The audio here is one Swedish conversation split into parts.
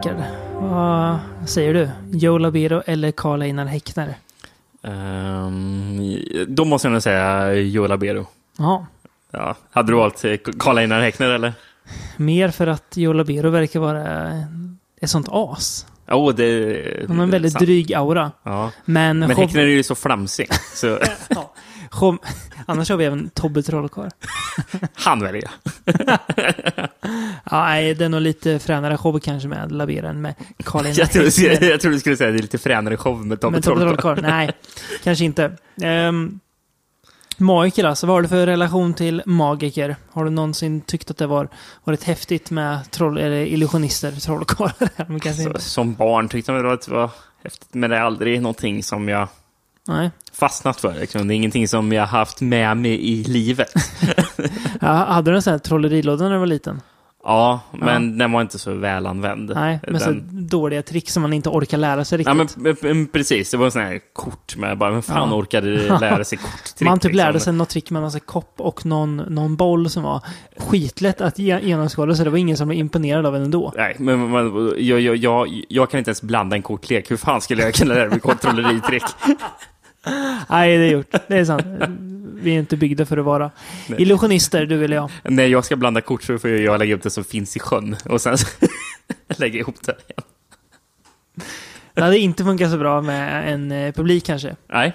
Rickard, vad säger du? Joe Labero eller Carl Einar Häckner? Då måste jag nog säga Joe Labero. Ja. Ja. Hade du valt Carl Einar Häckner eller? Mer för att Joe Labero verkar vara ett sånt as. Han har en väldigt dryg aura. Ja. Men Häckner är ju så flamsig. Så. Ja. Annars har vi även Tobbe Trollkarl. Han väljer jag. Ja, nej, det är nog lite fränare show kanske med Labero än med Carl Einar Häckner. Jag tror du skulle säga det är lite fränare show med Tobbe Trollkarl. Nej, kanske inte. Magiker alltså, vad har du för relation till magiker? Har du någonsin tyckt att det varit häftigt med illusionister, trollkarlar? Som barn tyckte jag att det var häftigt, men det är aldrig någonting som jag fastnat för. Liksom. Det är ingenting som jag haft med mig i livet. Ja, hade du en sån här trollerilåda när du var liten? Ja, men den var inte så väl använd. Nej, men så dåliga trick som man inte orkar lära sig riktigt. Ja, men precis. Det var en sån här kort med bara, vem fan orkade lära sig korttrick? Man typ lärde sig något trick med en kopp och någon boll som var skitlätt att genomskåda, så det var ingen som var imponerad av en ändå. Nej, men jag kan inte ens blanda en kortlek. Hur fan skulle jag kunna lära mig troleritrick? Nej, det är gjort. Det är sant. Vi är inte byggda för att vara illusionister, du eller jag. När jag ska blanda kort så får jag lägga upp det som finns i sjön. Och sen lägga ihop det igen. Det hade inte funkat så bra med en publik kanske. Nej.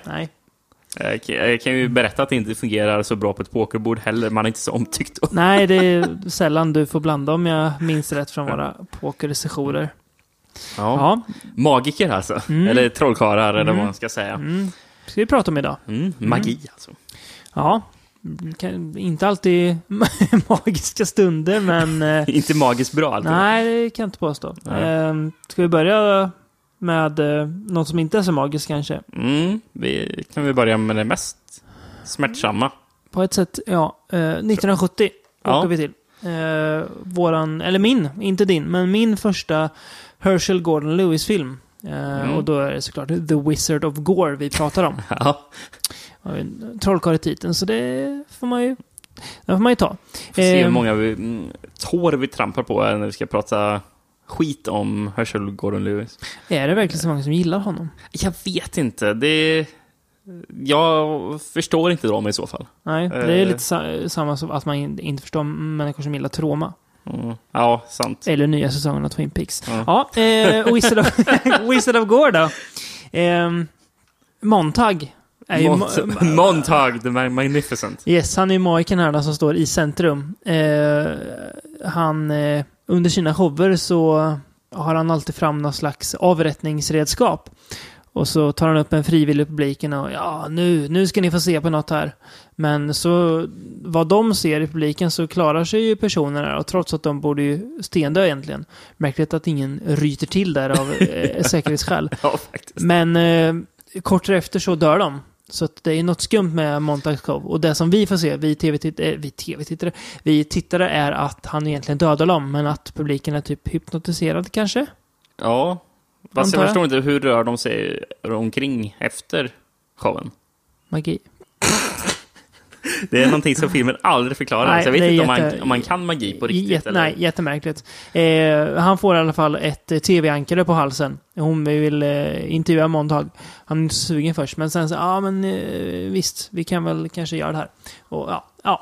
Jag kan ju Mm. berätta att det inte fungerar så bra på ett pokerbord heller. Man är inte så omtyckt då. Nej, det är sällan du får blanda, om jag minns rätt från våra pokersessioner. Ja. Magiker alltså. Eller trollkarlar eller vad man ska säga. Ska vi prata om idag? Magi alltså. Ja, inte alltid magiska stunder, men... Inte magiskt bra alltid. Nej, det kan jag inte påstå. Ska vi börja med något som inte är så magiskt kanske? Vi kan börja med det mest smärtsamma. På ett sätt, 1970 åker vi till. Inte din, men min första Herschel Gordon Lewis-film. Och då är det såklart The Wizard of Gore vi pratar om. Ja. Trollkarl i titeln, så det får man ju ta. Får se hur många tår vi trampar på när vi ska prata skit om Herschel Gordon Lewis. Är det verkligen så många som gillar honom? Jag vet inte. Jag förstår inte dem i så fall. Nej, det är lite samma som att man inte förstår människor som gillar Troma. Ja, sant. Eller nya säsongen av Twin Peaks. Wizard of Gore då. Montag är ju Montag, the Magnificent. Yes, han är ju magiken här som står i centrum. Han under sina shower så har han alltid fram någon slags avrättningsredskap. Och så tar han upp en frivillig publiken och nu ska ni få se på något här. Men så vad de ser i publiken så klarar sig ju personerna, och trots att de borde ju stendö egentligen. Märkligt att ingen ryter till där av säkerhetsskäl. Ja, faktiskt. Men kort efter så dör de. Så att det är något skumt med Montags show. Och det som vi får se, vi tittare är att han egentligen dödar dem, men att publiken är typ hypnotiserad kanske. Ja. Fast jag förstår inte, hur rör de sig omkring efter showen? Magi. Det är någonting som filmen aldrig förklarar. Nej, så jag vet inte om man kan magi på riktigt. Eller? Nej, jättemärkligt. Han får i alla fall ett tv-ankare på halsen. Hon vill intervjua Montag. Han är inte sugen först, men sen så, visst, vi kan väl kanske göra det här. Och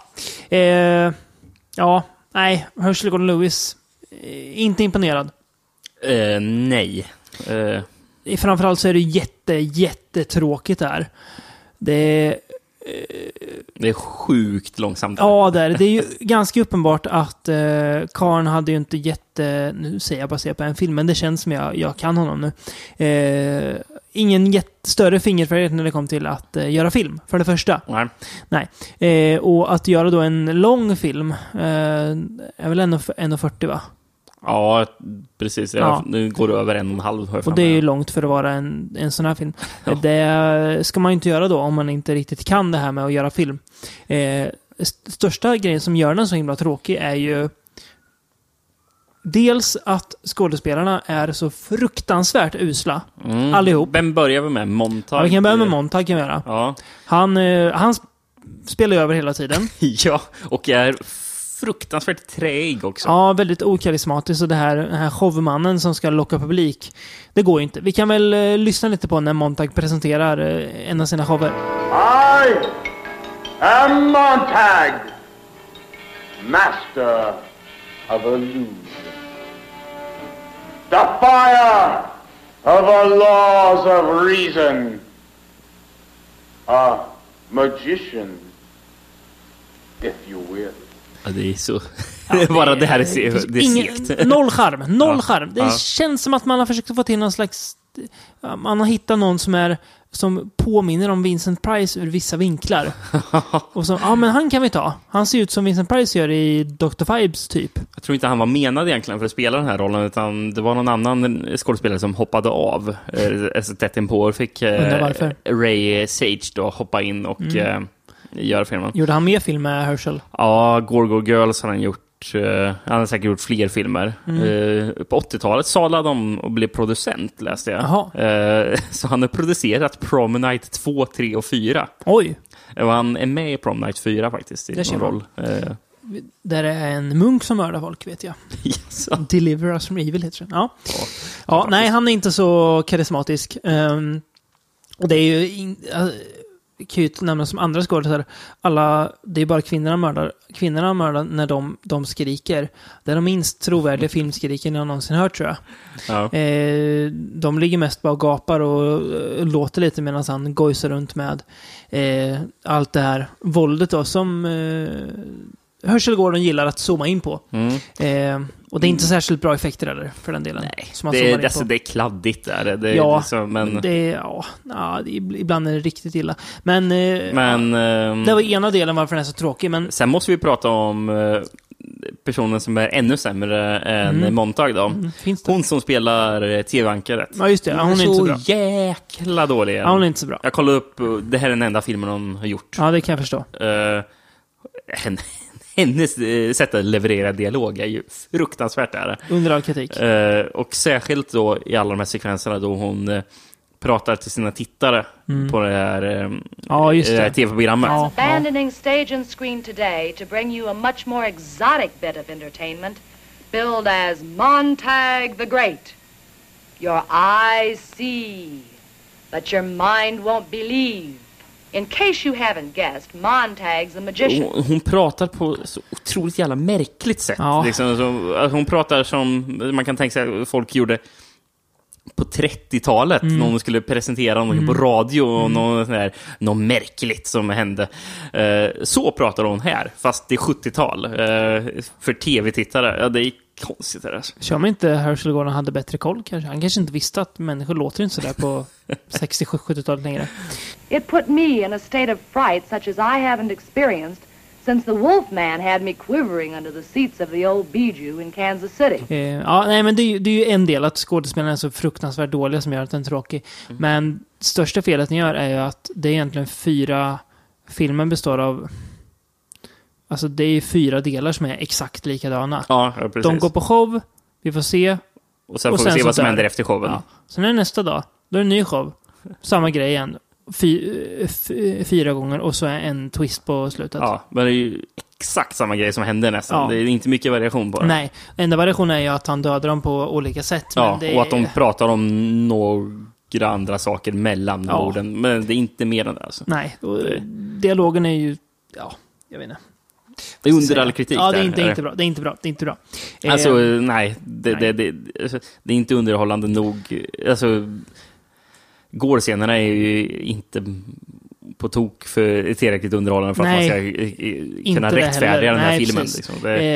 nej, Herschel Gordon Lewis, inte imponerad. Nej. Framförallt så är det jättetråkigt där. Det är sjukt långsamt. Ja, det är ju ganska uppenbart att Karn hade ju inte nu säger jag bara se på en film, men det känns som jag kan honom nu. Ingen större fingerfärdighet när det kom till att göra film, för det första. Nej. Och att göra då en lång film är väl 1,40 va? Ja, precis. Nu går det över 1,5. Och det är ju långt för att vara en sån här film. Ja. Det ska man ju inte göra då om man inte riktigt kan det här med att göra film. Största grejen som gör den så himla tråkig är ju dels att skådespelarna är så fruktansvärt usla. Allihop. Vem börjar vi med? Montag? Ja, vi kan börja med Montag kan vi göra. Ja. Han spelar över hela tiden. Ja, och är fruktansvärt träig också. Ja, väldigt okarismatisk. Och den här showmannen som ska locka publik, det går ju inte. Vi kan väl lyssna lite på när Montag presenterar en av sina shower. I am Montag, master of illusion. The fire of the laws of reason. A magician, if you will. Ja, det är så... bara det här är segt. Noll charm. Det känns som att man har försökt att få till någon slags... Man har hittat någon som påminner om Vincent Price ur vissa vinklar. Och så, men han kan vi ta. Han ser ut som Vincent Price gör i Dr. Phibes typ. Jag tror inte han var menad egentligen för att spela den här rollen, utan det var någon annan skådespelare som hoppade av tätt inpå och fick Ray Sage då hoppa in och göra filmen. Gjorde han mer film med Herschel? Ja, Gorgo Girls har han gjort. Han har säkert gjort fler filmer. På 80-talet salade de och blev producent, läste jag. Så han har producerat Prom Night 2, 3 och 4. Oj! Och han är med i Prom Night 4 faktiskt. I någon roll. Där är en munk som mördar folk, vet jag. Yes. Deliver Us from Evil heter den. Ja, nej, han är inte så karismatisk. Och det är ju... kan ju nämna som andra skådespelare. Det är bara kvinnorna mördar när de skriker. Det är de minst trovärdiga filmskriken jag någonsin hört, tror jag. Ja. De ligger mest bara och gapar och låter lite medan han gojsar runt med allt det här våldet då, som Herschel Gordon gillar att zooma in på. Och det är inte särskilt bra effekter eller för den delen. Nej, det är kladdigt där. Ibland är det riktigt illa. Men det var ena delen varför den är så tråkig. Men sen måste vi prata om personen som är ännu sämre än Montag då. Hon som spelar tv-ankaret. Ja, just det. Hon är inte så bra. Jäkla dålig. Ja, hon är inte så bra. Jag kollade upp, det här är den enda filmen hon har gjort. Ja, det kan jag förstå. Hennes sätt att leverera dialog är ju fruktansvärt där. Under all kritik. Och särskilt då i alla de här sekvenserna då hon pratar till sina tittare på det här tv-programmet. Abandoning stage and screen today to bring you a much more exotic bit of entertainment billed as Montag the Great. Your eyes see, but your mind won't believe. In case you haven't guessed, Montag's the magician. Hon pratar på så otroligt jävla märkligt sätt. Ja. Liksom, hon pratar som man kan tänka sig att folk gjorde på 30-talet när hon skulle presentera något på radio och något märkligt som hände. Så pratar hon här, fast det är 70-tal för tv-tittare. Ja, det är konstigt det där. Kör man inte Herschel Gordon hade bättre koll kanske? Han kanske inte visste att människor låter inte sådär på 60-70-talet längre. It put me in a state of fright such as I haven't experienced since the Wolfman had me quivering under the seats of the old Bijou in Kansas City. Men det är ju en del att skådespelarna är så fruktansvärt dåliga som gör att den är tråkig. Men största felet ni gör är ju att det är egentligen 4... Filmen består av... Alltså det är 4 delar som är exakt likadana. Ja, precis. De går på show, vi får se. Och sen får vi se vad som händer efter showen. Ja. Sen är det nästa dag, då är det en ny show. Samma grej igen. 4 gånger och så är en twist på slutet. Ja, men det är ju exakt samma grej som händer nästan. Ja. Det är inte mycket variation på det. Nej, enda variationen är ju att han dödar dem på olika sätt. Ja, men och att de pratar om några andra saker mellan orden. Men det är inte mer än det. Alltså. Nej, och dialogen är ju... Ja, jag vet inte. Det är under all kritik. Ja, det är inte bra. Alltså, nej. Det är inte underhållande nog. Alltså, gårscenerna är ju inte på tok för tillräckligt underhållande för att man ska kunna rättfärdiga den här filmen. Liksom.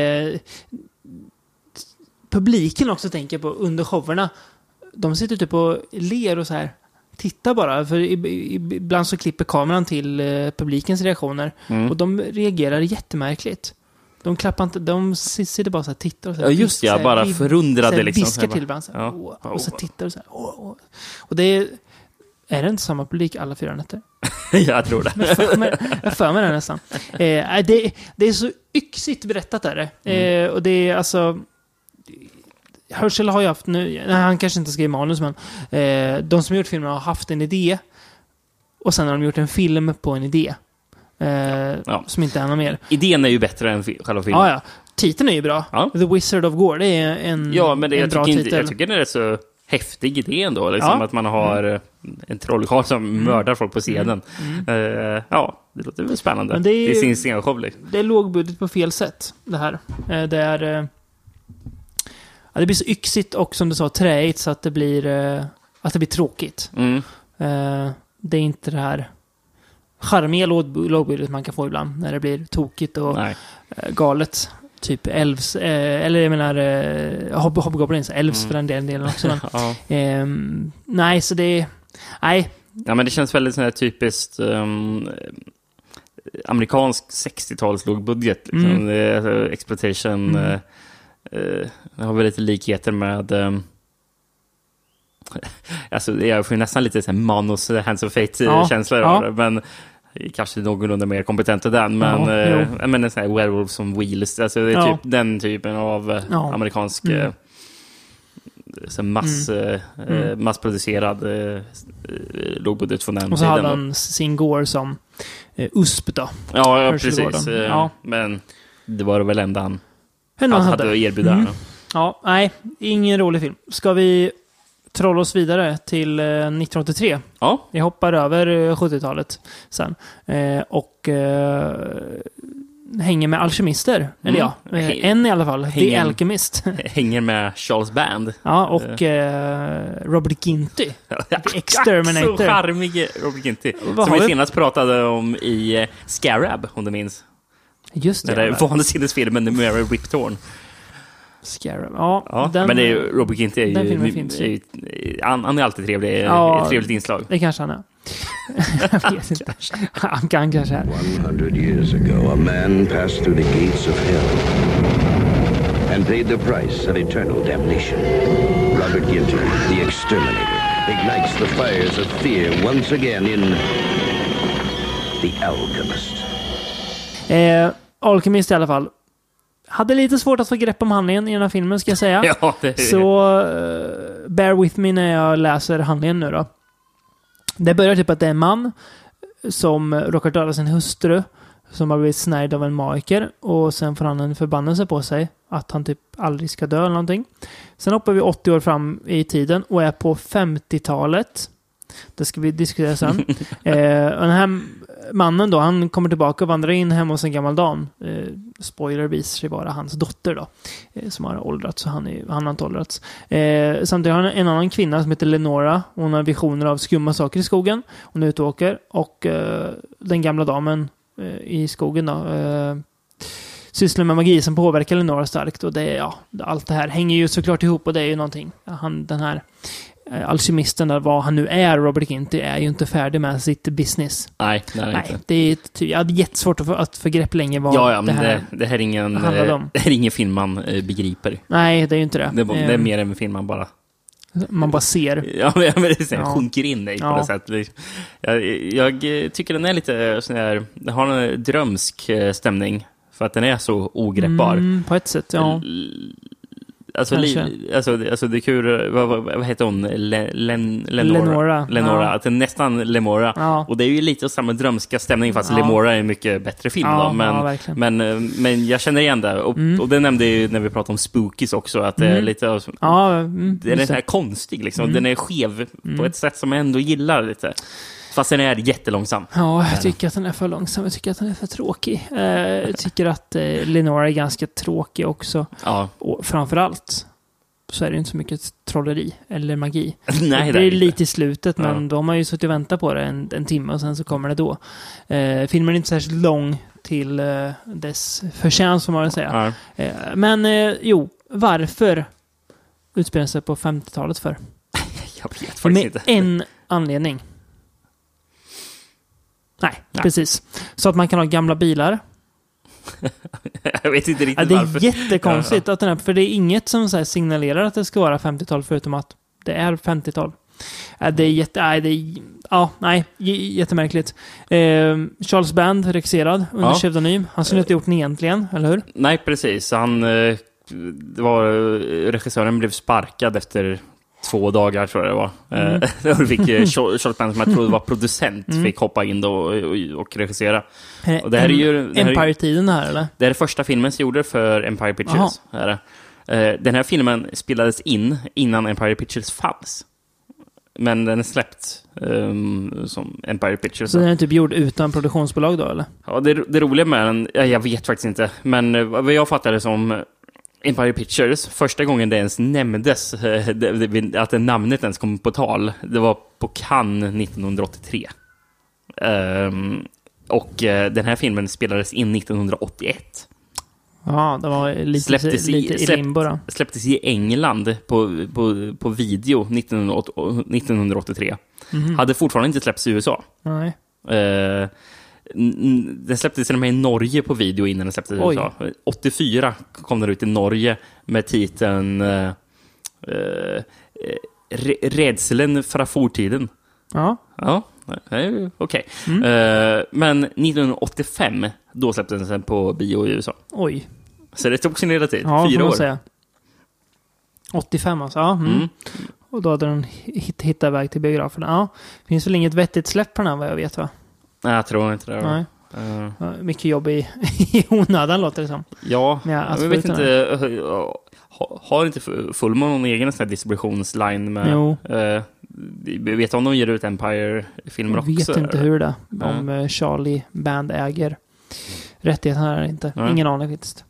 Publiken också tänker på under showerna. De sitter typ och ler och så här. Titta bara, för ibland så klipper kameran till publikens reaktioner och de reagerar jättemärkligt. De klappar inte, de sitter bara så här, tittar och så här, ja, just det, bara förundrade liksom. Viskar till varandra så här, och så tittar och så här, och det är det inte samma publik alla 4 nätter? Jag tror det. Jag för mig det nästan. Det är så yxigt berättat där. Och det är alltså... Herschel har ju haft nu, han kanske inte skriver manus, men de som har gjort filmen har haft en idé och sen har de gjort en film på en idé. som inte är något mer. Idén är ju bättre än själva filmen. Ja. Titeln är ju bra. Ja. The Wizard of Gore, det är en bra titel. Jag tycker det är så häftig idé ändå. Liksom, att man har en trollkarl som mördar folk på scenen. Det låter väl spännande. Men det är sin scenshow. Liksom. Det är lågbudget på fel sätt, det här. Det blir så yxigt och som du sa, träigt så att det blir tråkigt. Det är inte det här charmiga lågbudget man kan få ibland när det blir tokigt och galet. Typ elves, eller jag menar Hobgoblins, elves för den delen också. Nej, så det... Nej. Ja, men det känns väldigt sån här typiskt amerikansk 60-tals lågbudget. Liksom. Det är, alltså, exploitation det har väl lite likheter med... alltså, jag får nästan lite sån här Manos Hands of Fate-känslor av det, men kanske någorlunda mer kompetent än den, men en sån här Werewolves on Wheels, alltså det är typ den typen av amerikansk massproducerad lågbudget från den tiden. Och så hade han sin Gore som USP då. Ja, precis. Men det var väl enda han hade att erbjuda. Ja, nej, ingen rolig film. Ska vi trolla oss vidare till 1983. Ja. Vi hoppar över 70-talet sen. Och hänger med alkemister. Eller en i alla fall. The Alchemist. Hänger med Charles Band. Ja, och Robert Ginty. The Exterminator. Så charmig Robert Ginty. Som vi senast pratade om i Scarab, om du minns. Just det. Det är vansinnesfilmen med Mary Rip Torn. Scarab. Men det är ju, Robert Ginty är ju han är alltid trevlig. Ett trevligt inslag. Det kanske han är. Jag vet inte. Han kanske är. 100 years ago a man passed through the gates of hell and paid the price of eternal damnation. Robert Ginty, the Exterminator, ignites the fires of fear once again in The Alchemist. Alchemist i alla fall. Hade lite svårt att få grepp om handlingen i den här filmen, ska jag säga. Så bear with me när jag läser handlingen nu då. Det börjar typ att det är en man som råkar döda sin hustru som har blivit snärjd av en magiker, och sen får han en förbannelse på sig att han typ aldrig ska dö eller någonting. Sen hoppar vi 80 år fram i tiden och är på 50-talet. Det ska vi diskutera sen. Den här mannen då, han kommer tillbaka och vandrar in hemma hos en gammal dam. Spoiler visar sig vara hans dotter då. Som har åldrats, så han har inte åldrats. Samtidigt har han en annan kvinna som heter Lenora. Hon har visioner av skumma saker i skogen. Hon är ute och åker. Och den gamla damen i skogen då sysslar med magi som påverkar Lenora starkt. Och det, allt det här hänger ju såklart ihop, och det är ju någonting. Den här alkemisten där, vad han nu är, Robert Ginty, är ju inte färdig med sitt business. Nej, det är jag hade jättesvårt att få grepp länge vad det här är ingen film man begriper. Nej, det är ju inte det. Det är mer än en film man bara ser. Ja, men det sjunker in i på något sätt. Jag tycker den är lite sån här, den har en drömsk stämning för att den är så ogreppbar. På ett sätt, ja. Alltså det är kul, vad heter hon? Lenora. Att det är nästan Lemora. Ja. Och det är ju lite samma drömska stämning, fast Lemora är en mycket bättre film då. Men jag känner igen det. Och det nämnde ju när vi pratade om Spookies också, att det är lite det är den här konstig liksom. Den är skev på ett sätt som jag ändå gillar lite. Fast den är jättelångsam. Ja, jag tycker att den är för långsam. Jag tycker att den är för tråkig. Jag tycker att Lenora är ganska tråkig också. Ja. Och framförallt så är det inte så mycket trolleri eller magi. Nej, det är lite i slutet, men då har man ju suttit och väntat på det en timme och sen så kommer det då. Filmen är inte särskilt lång till dess förtjänst, får man väl säga. Ja. Men varför utspelar sig på 50-talet för? Jag vet faktiskt inte. En anledning. Nej, precis. Så att man kan ha gamla bilar. Jag vet inte riktigt varför. Det är jättekonstigt att för det är inget som så här signalerar att det ska vara 50-tal, förutom att det är 50-tal. Det är jättemärkligt. Charles Band regisserad under pseudonym. Han skulle inte gjort den egentligen, eller hur? Nej, precis. Regissören blev sparkad efter 2 dagar tror jag det var. Då fick Charlotte Band, som jag trodde var producent, fick hoppa in då och regissera. Och det här är ju Empire-tiden här, eller? Det är första filmen som gjorde för Empire Pictures. Den här filmen spelades in innan Empire Pictures fanns. Men den är släppt som Empire Pictures. Så den är typ gjord utan produktionsbolag då, eller? Ja, det roliga med den, jag vet faktiskt inte. Men vad jag fattade som Empire Pictures, första gången det ens nämndes, att det namnet ens kom på tal, det var på Cannes 1983. Och den här filmen spelades in 1981. Ja, det var lite i limbo då. Släpptes i England på video 1983. Hade fortfarande inte släppts i USA. Nej. Den släpptes till och med i Norge på video innan den släpptes i USA. 84 kom den ut i Norge med titeln Rädselen fra fortiden. Ja. Ja, okej. Men 1985 då släpptes den sen på bio i USA. Oj. Så det tog sin lilla tid. Ja, 4 år. Säga. 85 alltså. Ja. Och då hade den hittat iväg till biograferna. Ja. Finns väl inget vettigt släpp på den här, vad jag vet, va? Nej, jag tror inte det. Nej. Mycket jobb i onödan, låter det som. Ja, jag vet inte. Har inte Fullman någon egen sån här distributionsline med? Jo. Vet om de ger ut Empire-filmer också? Jag vet inte hur det om Charlie Band äger rättigheten här eller inte. Ingen aning faktiskt.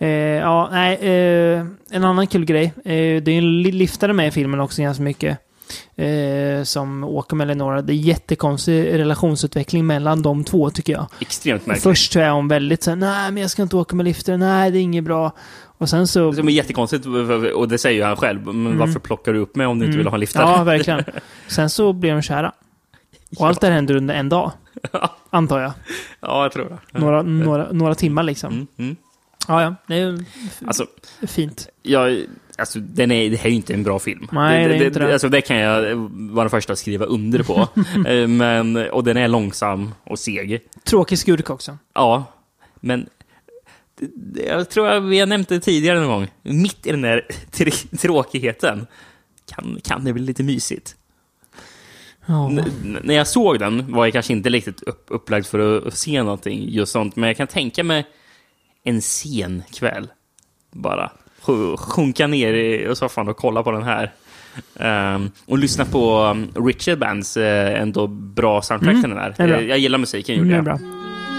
En annan kul grej. Det är en liftare med i filmen också ganska mycket. Som åker med Lenora. Det är jättekonstig relationsutveckling mellan de två, tycker jag. Extremt märkligt. Först så är hon väldigt så här, nej men jag ska inte åka med liftare, nej det är inget bra. Och sen så... Det är jättekonstigt, och det säger ju han själv. Men varför plockar du upp mig om du inte vill ha en liftare? Ja, verkligen. Sen så blir de kära. Och allt det här händer under en dag. Antar jag. Ja, jag tror det. Några timmar liksom. Ja, det är ju fint. Det här är ju inte en bra film. Nej, det är inte det. Alltså, det kan jag vara den första att skriva under på. Och den är långsam och seg. Tråkig skurk också. Ja, men jag tror vi har nämnt det tidigare någon gång. Mitt i den där tråkigheten kan det bli lite mysigt. Ja. När jag såg den var jag kanske inte riktigt upplagd för att se någonting just sånt. Men jag kan tänka mig en sen kväll. Bara sjunka ner i soffan och kolla på den här. Och lyssna på Richard Bands ändå bra soundtrack till den här. Jag gillar musiken, gjorde jag. Bra.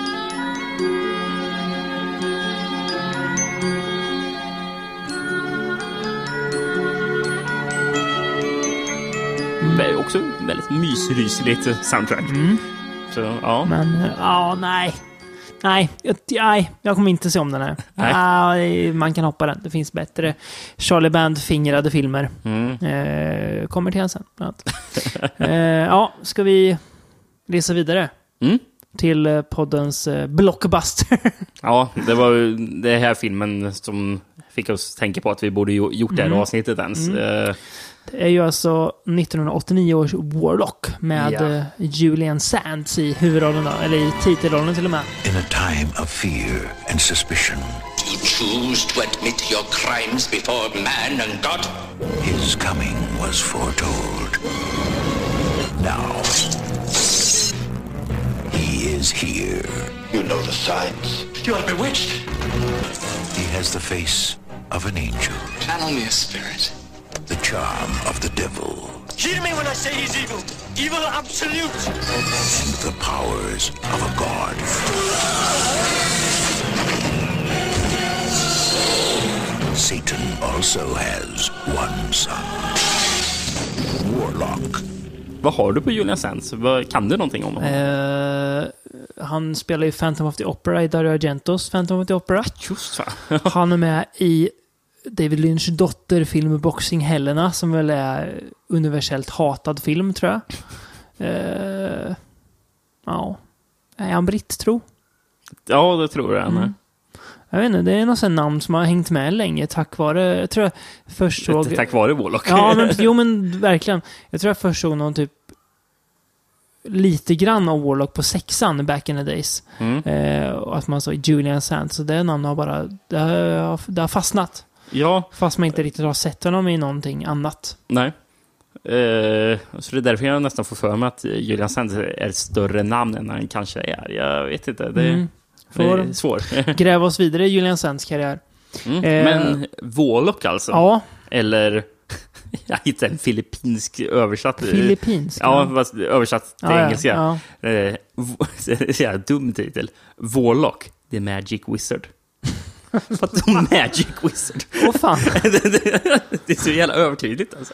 Också väldigt mysrysligt soundtrack. Så, ja. Men, nej, jag kommer inte se om den här. Man kan hoppa den. Det finns bättre Charlie Band-fingrade filmer. Kommer till en sen. Ska vi resa vidare till poddens blockbuster? Ja, det var det här filmen som fick oss tänka på att vi borde gjort det här avsnittet ens. Det är ju alltså 1989 års Warlock med Julian Sands i huvudrollen då, eller i titelrollen till och med. In a time of fear and suspicion, you choose to admit your crimes before man and God. His coming was foretold. Now, he is here. You know the signs. You are bewitched. He has the face of an angel. Channel me a spirit. The charm of the devil. Hear me when I say he's evil. Evil absolute. And the powers of a god. Satan also has one son. Warlock. Vad har du på Julian Sands? Kan du någonting om honom? Han spelar ju Phantom of the Opera i Dario Argentos Phantom of the Opera. Just Han är med i David Lynchs dotterfilm Boxing Helena, som väl är universellt hatad film, tror jag. Är han britt, tro? Ja, det tror jag. Jag vet inte, det är något sånt namn som har hängt med länge tack vare, jag tror jag först såg... Tack vare Warlock. Ja, men verkligen. Jag tror jag först såg någon typ lite grann av Warlock på 6an back in the days. Och att man sa Julian Sands, så det namnet har bara det har fastnat. Ja. Fast man inte riktigt har sett honom i någonting annat. Nej. Så det är därför jag nästan får för mig att Julian Sands är ett större namn än han kanske är. Jag vet inte, det är svårt. Gräva oss vidare i Julian Sands karriär. Men Woloch alltså? Ja. Eller... Jag hittade en filippinsk översatt. Filippinsk? Ja, översatt till engelska. Ja. Dum titel. Woloch, the Magic Wizard. Vad Magic Wizard? Åh fan. Det är så jävla övertydligt alltså.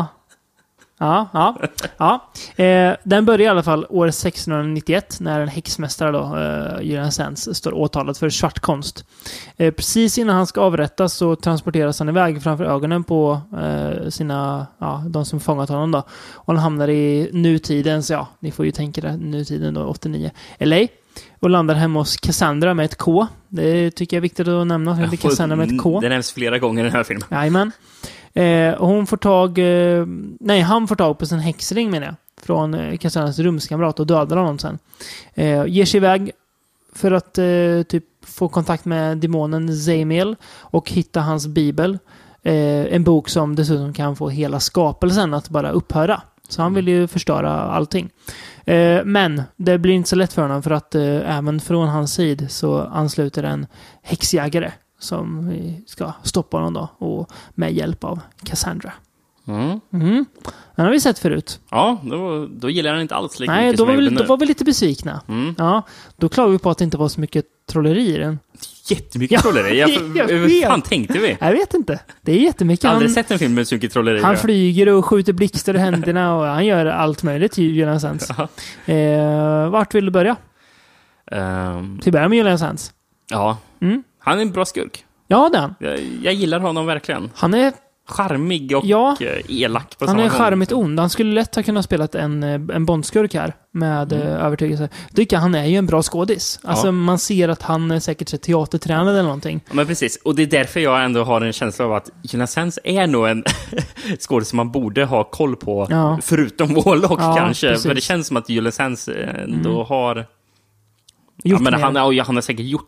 Ja. Den börjar i alla fall år 1691 när en häxmästare då, Julian Sands, står åtalad för svartkonst. Precis innan han ska avrättas så transporteras han iväg framför ögonen på de som fångat honom då. Och han hamnar i nutidens, ni får ju tänka det, nutiden då, 89, LA. Och landar hemma hos Cassandra med ett K. Det tycker jag är viktigt att nämna. Cassandra med ett K. Det nämns flera gånger i den här filmen. Jajamän. Och han får tag på sin häxring, menar jag, från Cassandras rumskamrat och dödar honom sen. Ger sig iväg för att typ få kontakt med demonen Zamiel och hitta hans bibel. En bok som dessutom kan få hela skapelsen att bara upphöra. Så han vill ju förstöra allting. Men det blir inte så lätt för honom, för att även från hans sida så ansluter en häxjägare som ska stoppa honom då, och med hjälp av Cassandra. Den har vi sett förut. Ja, då gillar han inte alls lika mycket som jag. Då var vi lite besvikna. Ja, då klagade vi på att det inte var så mycket trolleri i den. Jättemycket trolleri. Hur fan tänkte vi? Jag vet inte. Det är jättemycket. Jag har aldrig sett en film med så mycket trolleri. Han flyger och skjuter blixtar i händerna och han gör allt möjligt i Julian Sands. Vart vill du börja? Till börja med Julian Sands. Ja. Han är en bra skurk. Ja, den. Jag gillar honom verkligen. Han är charmig och elak på samma gång. Han är charmigt ond. Han skulle lätt ha kunnat spela en bondskurk här med övertygelse. Tycker han är ju en bra skådis. Alltså man ser att han är säkert teatertränad eller någonting. Ja, men precis. Och det är därför jag ändå har en känsla av att Julian Sands är nog en skådis som man borde ha koll på, förutom Woloch kanske. Precis. För det känns som att Julian Sands ändå har... men han har säkert gjort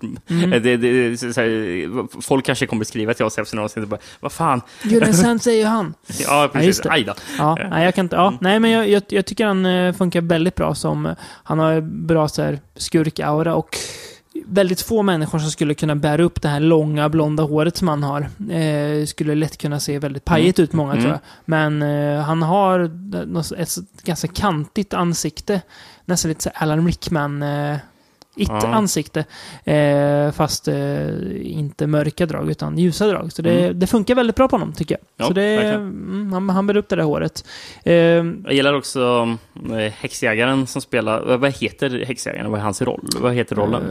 folk kanske kommer skriva till oss efter något och bara, vad fan? Julian Sands säger ju han. Ja, precis. Ajda. Jag kan inte. Nej, men jag tycker han funkar väldigt bra som han har bra så här skurk-aura och väldigt få människor som skulle kunna bära upp det här långa blonda håret som han har. Skulle lätt kunna se väldigt pajigt ut många tror jag. Men han har ett ganska kantigt ansikte. Nästan lite så Alan Rickman ansikte, fast inte mörka drag utan ljusa drag. Så det funkar väldigt bra på honom tycker jag. Ja, så det, han bär upp det där håret. Jag gillar också häxjägaren som spelar, vad heter häxjägaren? Vad är hans roll? Vad heter rollen?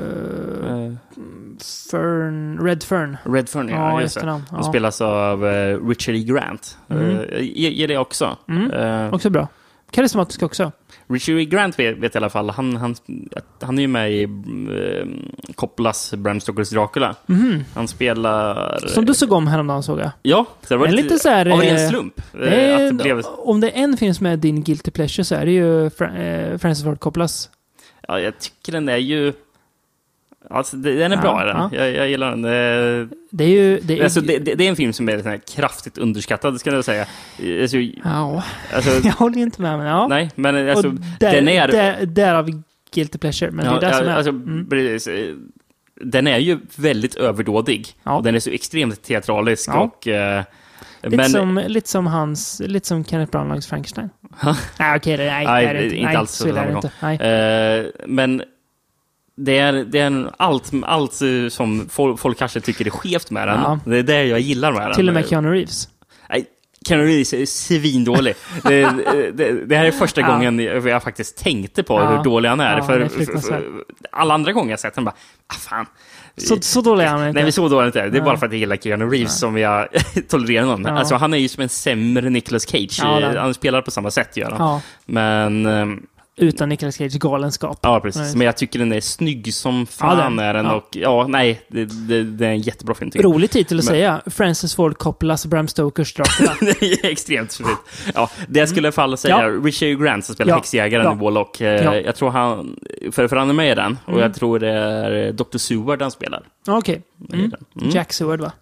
Red Fern. Red Fern, ja, just det. Han spelas av Richard E. Grant. Ger det också. Också bra. Karismatisk också. Richard E. Grant vet i alla fall. Han är ju med i Coppolas Bram Stokers Dracula. Han spelar... Som du såg om häromdagen, såg jag. Ja, det var lite så här, av en slump. Om det är en film som är din guilty pleasure så är det ju Francis Ford Coppolas. Ja, jag tycker den är ju... Alltså, den är bra, den. Jag gillar den. Det är en film som är kraftigt underskattad, ska jag säga. Jag håller inte med, men nej, men alltså, den är... Därav guilty pleasure, men det är det som är. Alltså, den är ju väldigt överdådig. Och den är så extremt teatralisk och... Lite som Kenneth Branaghs Frankenstein. Okej, det är inte alls så men det är allt som folk kanske tycker är skevt med den. Det är det jag gillar med den. Till och med Keanu Reeves. Keanu Reeves är svindålig. det här är första gången jag faktiskt tänkte på hur dålig han är. För alla andra gånger jag sett den bara, fan. Så dålig är han inte. Nej, så dålig inte. Det är bara för att jag gillar Keanu Reeves som jag tolererar honom. Alltså, han är ju som en sämre Nicolas Cage. Han spelar på samma sätt, gör han. Men... utan Nicolas Cage galenskap. Ja, precis. Men jag tycker den är snygg som fan är den. Och det är en jättebra film. Rolig titel att säga. Francis Ford Coppolas Bram Stokers Dracula. Det är extremt fint. Ja, det jag skulle i alla fall säga. Richard E. Grant som spelar häxjägaren i Woloch. Jag tror han... För han är med i den. Och jag tror det är Dr. Seward han spelar. Okej. Jack Seward, va?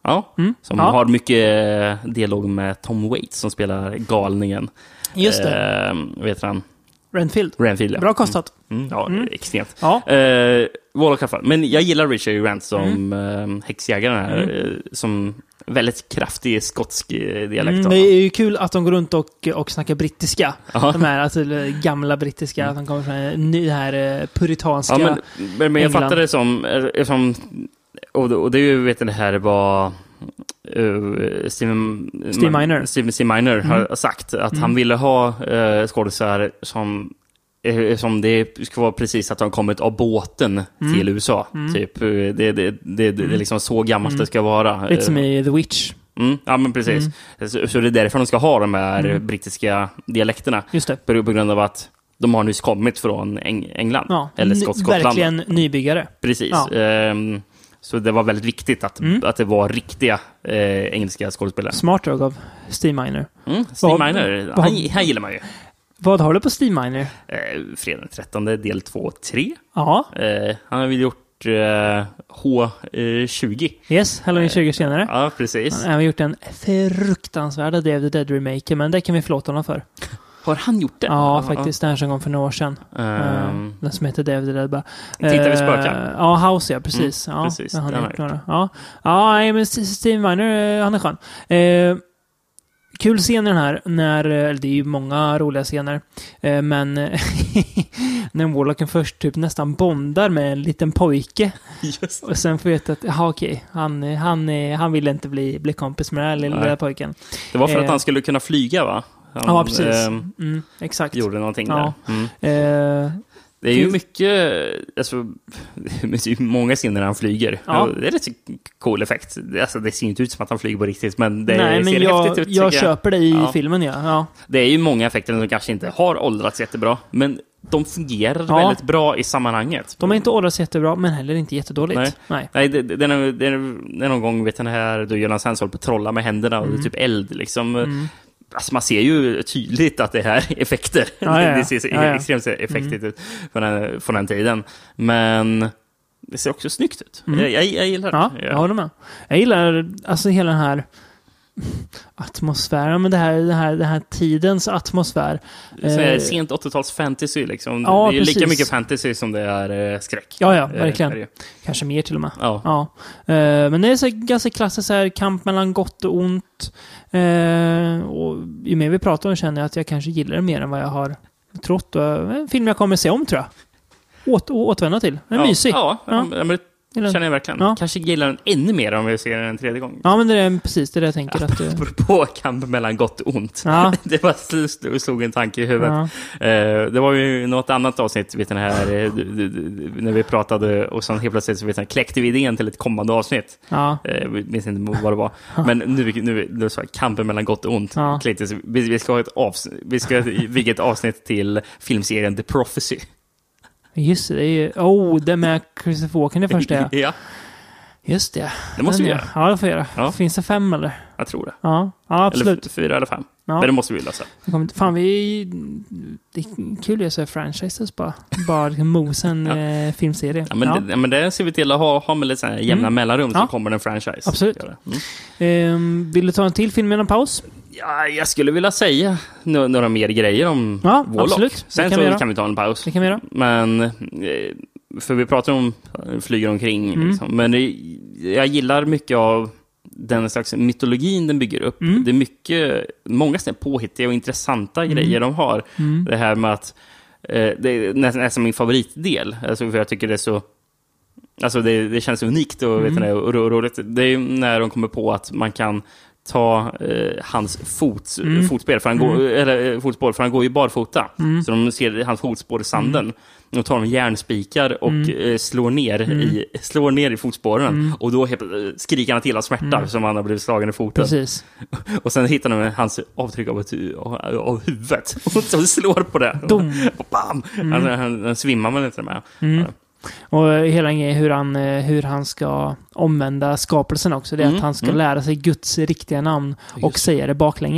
Ja, som har mycket dialog med Tom Waits som spelar galningen. Just det. Vet han? Renfield, ja. Bra kostat. Extremt. Ja. Warlock i alla fall. Men jag gillar Richard Grant som häxjägaren här, som väldigt kraftig skotsk dialekt. Det är ju kul att de går runt och snackar brittiska. De här alltså, gamla brittiska, att de kommer från det här puritanska men jag fattar det som och det är ju, vet du, det här var Steve Miner har sagt att han ville ha skådespelare som det ska vara precis att de kommit av båten till USA. Typ, det är liksom så gammalt det ska vara. Lite som i The Witch. Ja, men precis. Så det är därför de ska ha de här brittiska dialekterna. Just det. På grund av att de har nyss kommit från England. Eller Skottland. Verkligen nybyggare. Precis. Så det var väldigt viktigt att det var riktiga engelska skådespelare. Smart drag av Steve Miner. Steve Miner, han gillar man ju. Vad har du på Steve Miner? Fredag den 13, del 2-3. Ja. Han har väl gjort H20. Yes, Halloween 20 senare. Ja, precis. Han har gjort en fruktansvärda Day of the Dead remake, men det kan vi förlåta honom för. Har han gjort det? Ja, faktiskt. Den här som kom för några år sedan. Den som heter Day of the Dead. Tittar vi spökar? Ja, House, ja, precis. Precis. Han har gjort några. Ja, men Steve Miner, han är skön. Kul scen i den här, det är ju många roliga scener, men när Warlocken först typ nästan bondar med en liten pojke. Just. Och sen får veta att han ville inte bli kompis med den här lilla pojken. Det var för att han skulle kunna flyga, va? Ja, precis. Exakt. Gjorde någonting där. Det är ju mycket, alltså, det är många scener när han flyger. Ja. Det är rätt cool effekt. Alltså, det ser inte ut som att han flyger på riktigt, men det ser häftigt ut. Jag köper det i filmen, ja. Det är ju många effekter som kanske inte har åldrats jättebra, men de fungerar väldigt bra i sammanhanget. De är inte åldrats jättebra, men heller inte jättedåligt. Nej, det är någon gång, vet den här, då Göran Svensson håller på att trolla med händerna och det är typ eld, liksom. Alltså man ser ju tydligt att det här är effekter. Det ser extremt effektivt ut från den tiden. Men det ser också snyggt ut. Jag gillar det. Ja, jag håller med. Jag gillar alltså hela den här atmosfären, men det här tidens atmosfär. Sent 80-tals fantasy liksom. Ja, det är ju precis. lika mycket fantasy som det är skräck. Ja, verkligen. Kanske mer till och med. Ja. Men det är så ganska klassiskt så här, kamp mellan gott och ont. Och ju mer vi pratar om känner jag att jag kanske gillar det mer än vad jag har trott. En film jag kommer se om, tror jag. Återvända till. Den är mysig. Men det känner jag verkligen. Ja. Kanske gillar den ännu mer om vi ser den en tredje gång. Ja, men det är precis det jag tänker. På kamp mellan gott och ont. Ja. Det var slog en tanke i huvudet. Ja. Det var ju något annat avsnitt, vet ni, här när vi pratade och sen helt plötsligt så kläckte vi idén till ett kommande avsnitt. Ja. Minns inte vad det var. Men nu så kampen mellan gott och ont. Ja. Vi ska ha ett avsnitt till filmserien The Prophecy. Just det, är ju... det med Christopher Walken det första. Ja. Just det. Det måste vi göra. Ja, det får vi göra. Ja. Finns det 5 eller? Jag tror det. Ja, absolut. Eller 4 eller 5. Ja. Men det måste vi lösa. Fan, det är kul att göra franchises bara mosen filmserie. Ja, men det ser vi till att ha med lite sådana jämna mellanrum så kommer en franchise. Absolut. Vill du ta en till film med en paus? Ja, jag skulle vilja säga några mer grejer om Warlock. Absolut. Sen så kan vi ta en paus. Det kan vi göra. Men för vi pratar om flyger omkring liksom. Men jag gillar mycket av den slags mytologin den bygger upp. Det är många påhittiga och intressanta grejer de har. Det här med att det är nästan min favoritdel. Alltså, för jag tycker det är så... Alltså det känns unikt och, och roligt. Det är när de kommer på att man kan ta hans fotspår för han går ju barfota. Så de ser hans fotspår i sanden. Och tar de järnspikar och slår ner i fotspåren. Och då skriker han till av smärta som han har blivit slagen i foten. Precis. Och sen hittar de hans avtryck av huvudet. Och så slår på det. Och bam! Han svimmar väl inte med. Och hela hur han ska omvända skapelsen också. Det är att han ska lära sig Guds riktiga namn och säga det baklänges.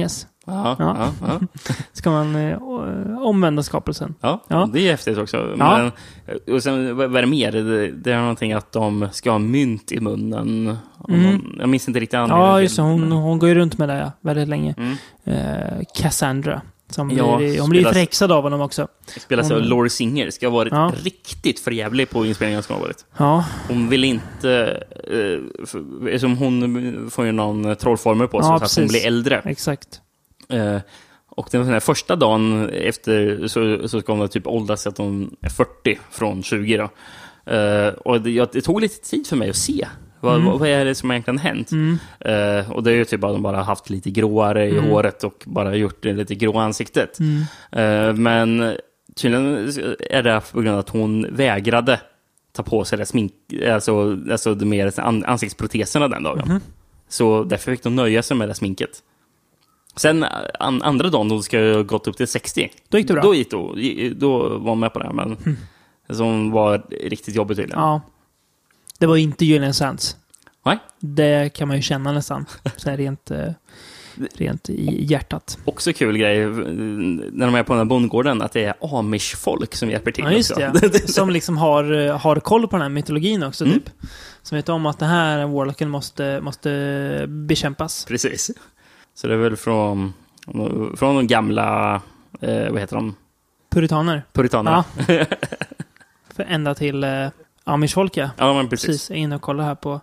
Ja. Ska man omvända skapelsen. Ja, det är häftigt också. Men, och sen, vad är det mer? Det är någonting att de ska ha mynt i munnen. Jag minns inte riktigt anledningen. Ja, just det. Hon går ju runt med det väldigt länge. Cassandra. Hon blir förhäxad av honom också. Spelas av Laurie Singer. Ska ha varit riktigt förjävlig på inspelningen som har varit. Ja. Hon vill inte... som hon får ju någon trollformer på sig så att hon blir äldre. Exakt. Och den här första dagen efter så ska hon typ åldras att hon är 40 från 20 då. Och det tog lite tid för mig att se. Vad är det som egentligen hänt? Och det är ju typ att de bara haft lite gråare i håret och bara gjort det lite grå ansiktet. Men tydligen är det på grund av att hon vägrade ta på sig det smink, alltså det mer ansiktsproteserna den dagen. Så därför fick de nöja sig med det sminket. Sen andra dagen då ska jag gått upp till 60. Då gick det bra. Då var hon med på det, men som var riktigt jobbigt tydligen. Ja. Det var inte Julian Sands. Nej. Det kan man ju känna nästan. Så här rent i hjärtat. Också kul grej när de är på den här bondgården att det är Amish-folk som hjälper till. Ja, just det. Som liksom har koll på den här mytologin också typ. Som vet om att det här Warlocken måste bekämpas. Precis. Så det är väl från de gamla vad heter de? Puritaner. Ja. För ända till Amish-folk, ja. Ja, men precis. Jag är inne och kollar här på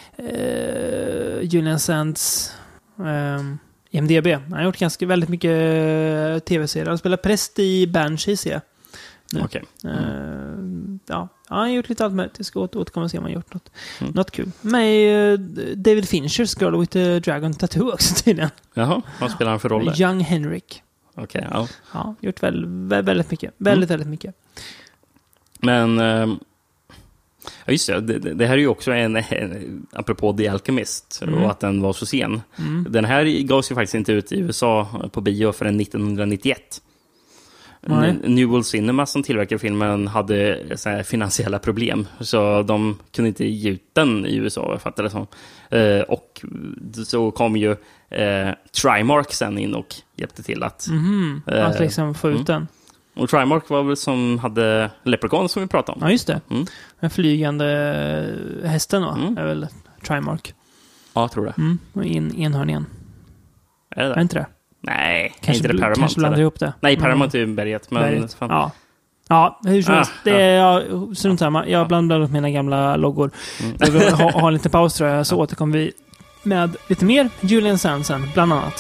Julian Sands IMDb. Han har gjort väldigt mycket tv-serier. Han spelar präst i Banshees, ja. Okej. Ja, han har gjort lite allt möjligt. Jag ska återkomma och se om han har gjort något kul. Med David Finchers Girl with the Dragon Tattoo också tydligen. Jaha, vad spelar han för roll där? Young Henrik. Okej, ja. Ja, gjort väldigt mycket. Väldigt mycket. Men ja, just det här är ju också en apropå The Alchemist och att den var så sen. Den här gavs ju faktiskt inte ut i USA på bio förrän 1991. New World Cinema som tillverkade filmen hade så här finansiella problem, så de kunde inte ge ut den i USA, jag fattar det som. Och så kom ju Trimark sen in och hjälpte till att liksom få ut den. Och Trimark var väl som hade Leprechaun som vi pratade om. Ja, just det. Den flygande hästen är väl Trimark. Ja, jag tror det. Och enhörningen. Är det är inte det? Nej, kanske inte det Paramount. Kanske blandar ihop det. Nej, Paramount är ju berget. Men fan. Ja, hur som helst. Det är strunt samma. Jag blandar upp mina gamla loggor. Jag vill ha en liten paus tror jag. Så återkommer vi med lite mer Julian Sands bland annat.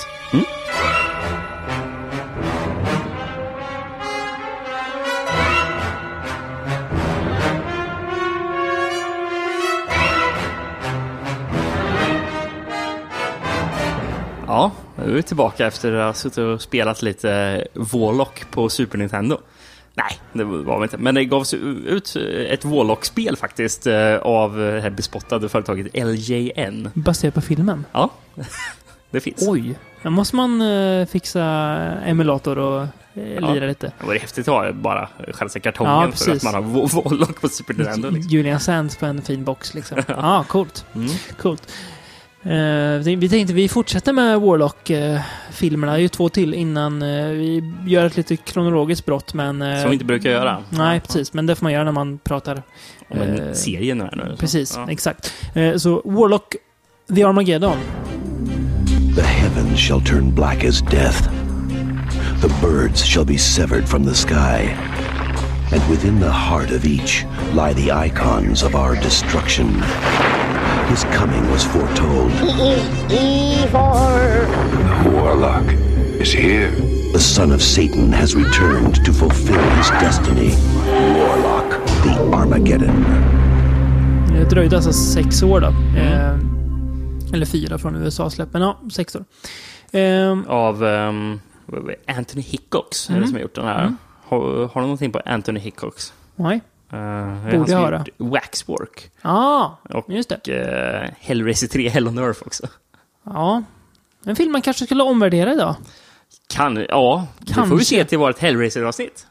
Ja, nu är vi tillbaka efter att ha suttit och spelat lite Warlock på Super Nintendo. Nej, det var inte. Men det gavs ut ett Warlock-spel faktiskt av det här bespottade företaget LJN. Baserat på filmen? Ja, det finns. Oj, då måste man fixa emulator och lira lite. Det var häftigt att ha bara själva kartongen för att man har Warlock på Super Nintendo. Liksom. Julian Sands på en fin box liksom. Coolt. Coolt. Vi tänkte vi fortsätter med Warlock-filmerna. Det är ju 2 till innan vi gör ett lite kronologiskt brott. Men, som vi inte brukar göra. Nej, precis. Men det får man göra när man pratar om en serie nu. Precis, exakt. Så Warlock, The Armageddon. The heavens shall turn black as death. The birds shall be severed from the sky. And within the heart of each lie the icons of our destruction. His coming was foretold. He is evil. The Warlock is here. The son of Satan has returned to fulfill his destiny. Warlock, the Armageddon. Det dröjde alltså 6 år då. Eller 4 från USA-släpp. Men 6 år. Av Anthony Hickox som har gjort den här. Har du någonting på Anthony Hickox? Nej. Borde jag höra. Waxwork. Just det. Hellraiser 3, Hell on Earth också. Ja. En film man kanske skulle omvärdera idag. Kanske. Det får vi se till vårt Hellraiser-avsnitt.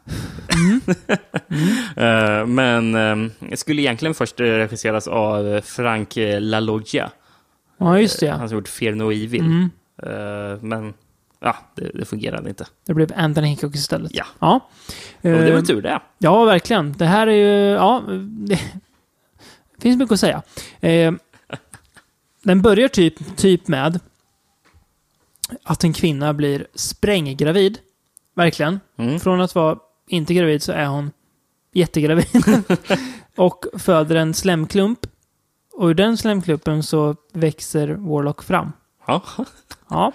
Men det skulle egentligen först regisseras av Frank LaLoggia. Ja, just det. Han har gjort Fear No Evil. Men Ja, det fungerade inte. Det blev Anthony Hickox istället. Ja. Ja. Och det var tur det. Ja, verkligen. Det här är ju... Ja, det finns mycket att säga. Den börjar typ med att en kvinna blir spränggravid. Verkligen. Från att vara inte gravid så är hon jättegravid. Och föder en slemklump. Och ur den slemklumpen så växer Warlock fram. Ja. Ja.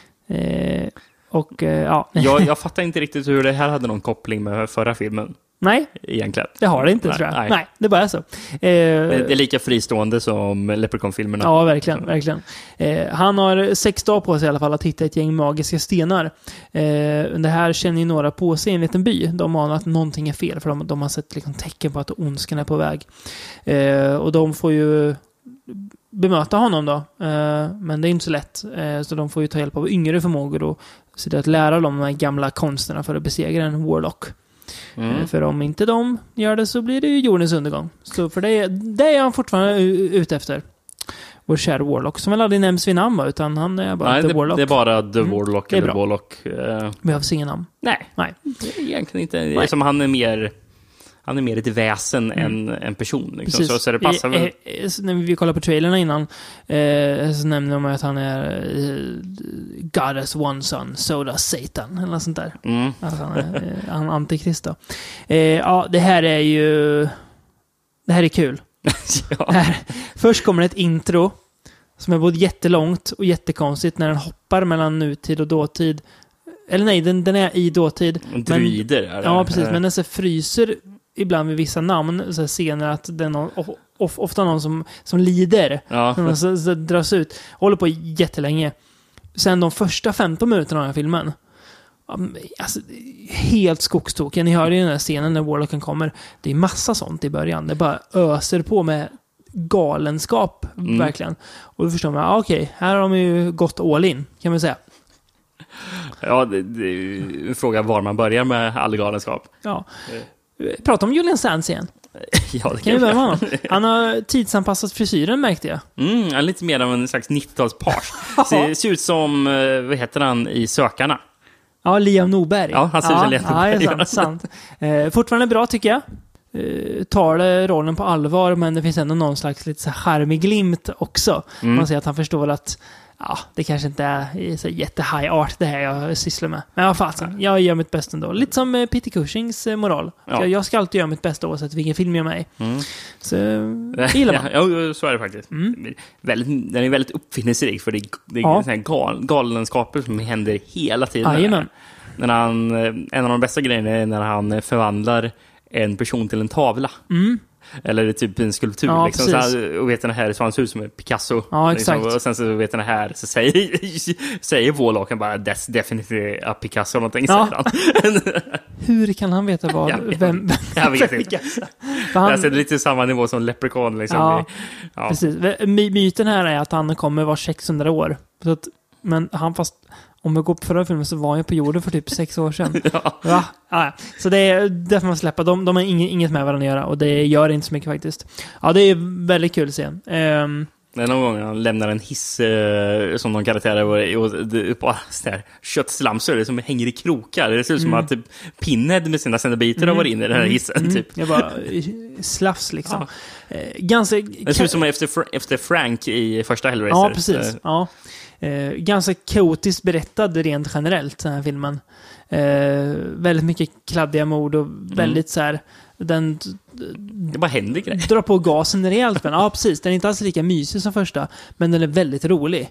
Ja. Jag fattar inte riktigt hur det här hade någon koppling med förra filmen. Nej, egentligen. Det har det inte, tror jag. Nej, det bara är så. Det är lika fristående som Leprechaun-filmerna. Ja, verkligen. Verkligen. Han har 6 dagar på sig i alla fall att hitta ett gäng magiska stenar. Det här känner ju några på sig i en liten by. De anar att någonting är fel, för de har sett liksom tecken på att ondskan är på väg. Och de får ju bemöta honom då. Men det är inte så lätt. Så de får ju ta hjälp av yngre förmågor och se till att lära dem de här gamla konsterna för att besegra en Warlock. För om inte de gör det så blir det ju jordens undergång. Så för det är han fortfarande ute efter. Vår kära Warlock, som väl aldrig nämns vid namn, utan han är bara The Warlock. Det är bara The Warlock eller Warlock. Behövs ingen namn. Nej. Det är egentligen inte. Det är som han är mer ett väsen än en person. Liksom. Så det passar väl. När vi kollar på trailerna innan så nämner de att han är God has one son, so does Satan. Eller något sånt där. Alltså han är antikrist då. Ja, det här är kul. Ja. Först kommer det ett intro som är både jättelångt och jättekonstigt när den hoppar mellan nutid och dåtid. Eller nej, den är i dåtid. Druider är det. Ja, precis. Men den så fryser ibland vid vissa namn, så scener att det är någon, ofta någon som lider. Ja. Så dras ut. Håller på jättelänge. Sen de första 15 minuterna av den här filmen, alltså, helt skogstokiga. Ni hörde ju den här scenen när Warlocken kommer. Det är massa sånt i början. Det bara öser på med galenskap, verkligen. Och då förstår man, okej, här har de ju gått all in, kan man säga. Ja, det är ju en fråga var man börjar med all galenskap. Ja. Prata om Julian Sands igen. Ja, det kan vi börja med honom. Han har tidsanpassat frisyren, märkte jag. Han är lite mer av en slags 90-talspars. Ser ut som, vad heter han i Sökarna? Ja, Liam Norberg. Ja, han ser ut som Liam Norberg. Ja, sant. Fortfarande bra, tycker jag. Tar det rollen på allvar, men det finns ändå någon slags lite så charmig glimt också. Man ser att han förstår att det kanske inte är så jätte-high art det här jag sysslar med. Men vad fan, jag gör mitt bästa ändå. Lite som Peter Cushings moral. Ja. Jag ska alltid göra mitt bästa oavsett vilken film jag är med i. Så gillar man. Ja, så är det faktiskt. Den är väldigt uppfinningsrik, för det är sån här galenskaper som händer hela tiden. En av de bästa grejerna är när han förvandlar en person till en tavla. Eller typ en skulptur. Ja, liksom. Så och vet den här, så han ser ut som en Picasso. Ja, exakt. Liksom. Och sen så vet den här, så säger Warlocken bara, that's definitely a Picasso. Någonting, säger han. Hur kan han veta vem jag vet inte. Det är lite samma nivå som Leprechaun. Liksom. Ja, precis. Myten här är att han kommer vara 600 år. Så att, men om vi går på förra filmen så var han på jorden för typ 6 år sedan. Ja. Så det får man släppa. De har inget med varandra att göra, och det gör inte så mycket faktiskt. Ja, det är väldigt kul att se. Det är någon gång han lämnar en hiss som någon karaktär och på köttslamsor som hänger i krokar. Det ser ut som att typ Pinhead med sina sändarbitar har varit inne i den här hissen. Typ. Jag bara slafs liksom. Det ser ut som efter Frank i första Hellraiser. Ja, precis. Ja. Ganska kaotiskt berättad rent generellt, den här filmen. Väldigt mycket kladdiga mord och väldigt så här, det bara händer grejer. Drar på gasen rejält, men ja, precis. Den är inte alls lika mysig som första, men den är väldigt rolig.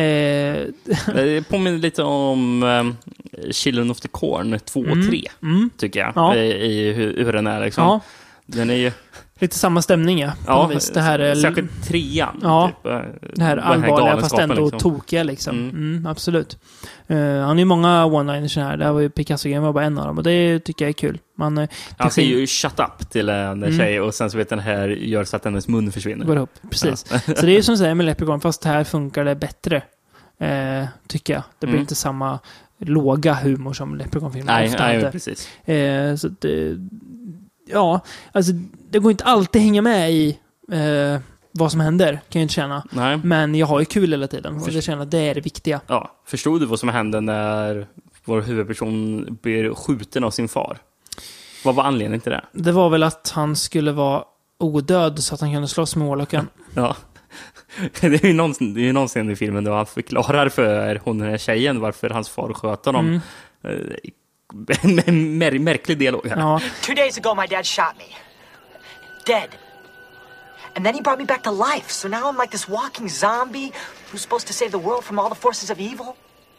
Det påminner lite om Children of the Corn 2 och 3, tycker jag. Ja. I hur den är liksom. Ja. Den är ju lite samma stämning, ja. Det här är särskilt 3:an. Ja, typ, det här allvarliga fast ändå liksom tokiga liksom. Absolut. Han har ju många one-liners här. Det här var ju Picasso-grejen var bara en av dem, och det tycker jag är kul. Han säger ju shut up till en tjej, och sen så vet den här gör så att hennes mun försvinner. Går upp, precis. Ja. Så det är ju som säger med Leprechaun, fast här funkar det bättre, tycker jag. Det blir inte samma låga humor som Leprechaun-filmer ofta. Nej, precis. Så det, alltså det går inte alltid hänga med i vad som händer, kan jag inte känna. Nej. Men jag har ju kul hela tiden. Och jag känner att det är det viktiga. Ja, förstod du vad som hände när vår huvudperson blir skjuten av sin far? Vad var anledningen till det? Det var väl att han skulle vara odöd så att han kunde slåss med Warlocken. Ja. Det är ju någon scen i filmen då han förklarar för hon den här tjejen varför hans far sköt honom. En märklig dialog här. Ja. 2 days ago my dad shot me. Dead. And then he brought me back to life. So now I'm like this walking zombie who's supposed to save the world from all the forces of evil.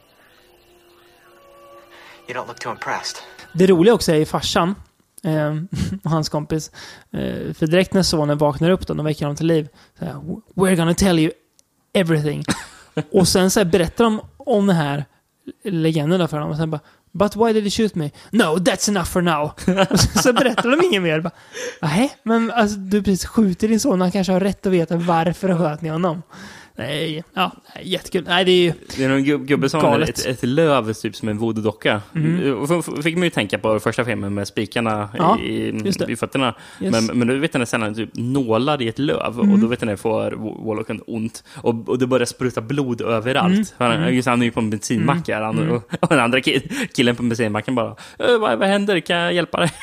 You don't look too impressed. Det roliga också är farsan och hans kompis. För direkt när sonen vaknar upp då, de väcker honom till liv. Så här, we're gonna tell you everything. Och sen så här, berättar de om den här legenden där för honom. Och sen bara, but why did he shoot me? No, that's enough for now. Och så berättar de inget mer. Nej, men alltså, du precis skjuter din son. Han kanske har rätt att veta varför han sköt ni honom. Nej, ja, jättekul. Nej, det är ju det är någon gubbe som har ett löv typ som en voodoo-docka. Fick man ju tänka på första filmen med spikarna i fötterna. Yes. Men du vet när sen typ nålar i ett löv och då vet när får Warlocken ont och det börjar spruta blod överallt. Han är ju på en bensinmack och den andra killen på bensinmacken bara vad händer? Kan jag hjälpa dig?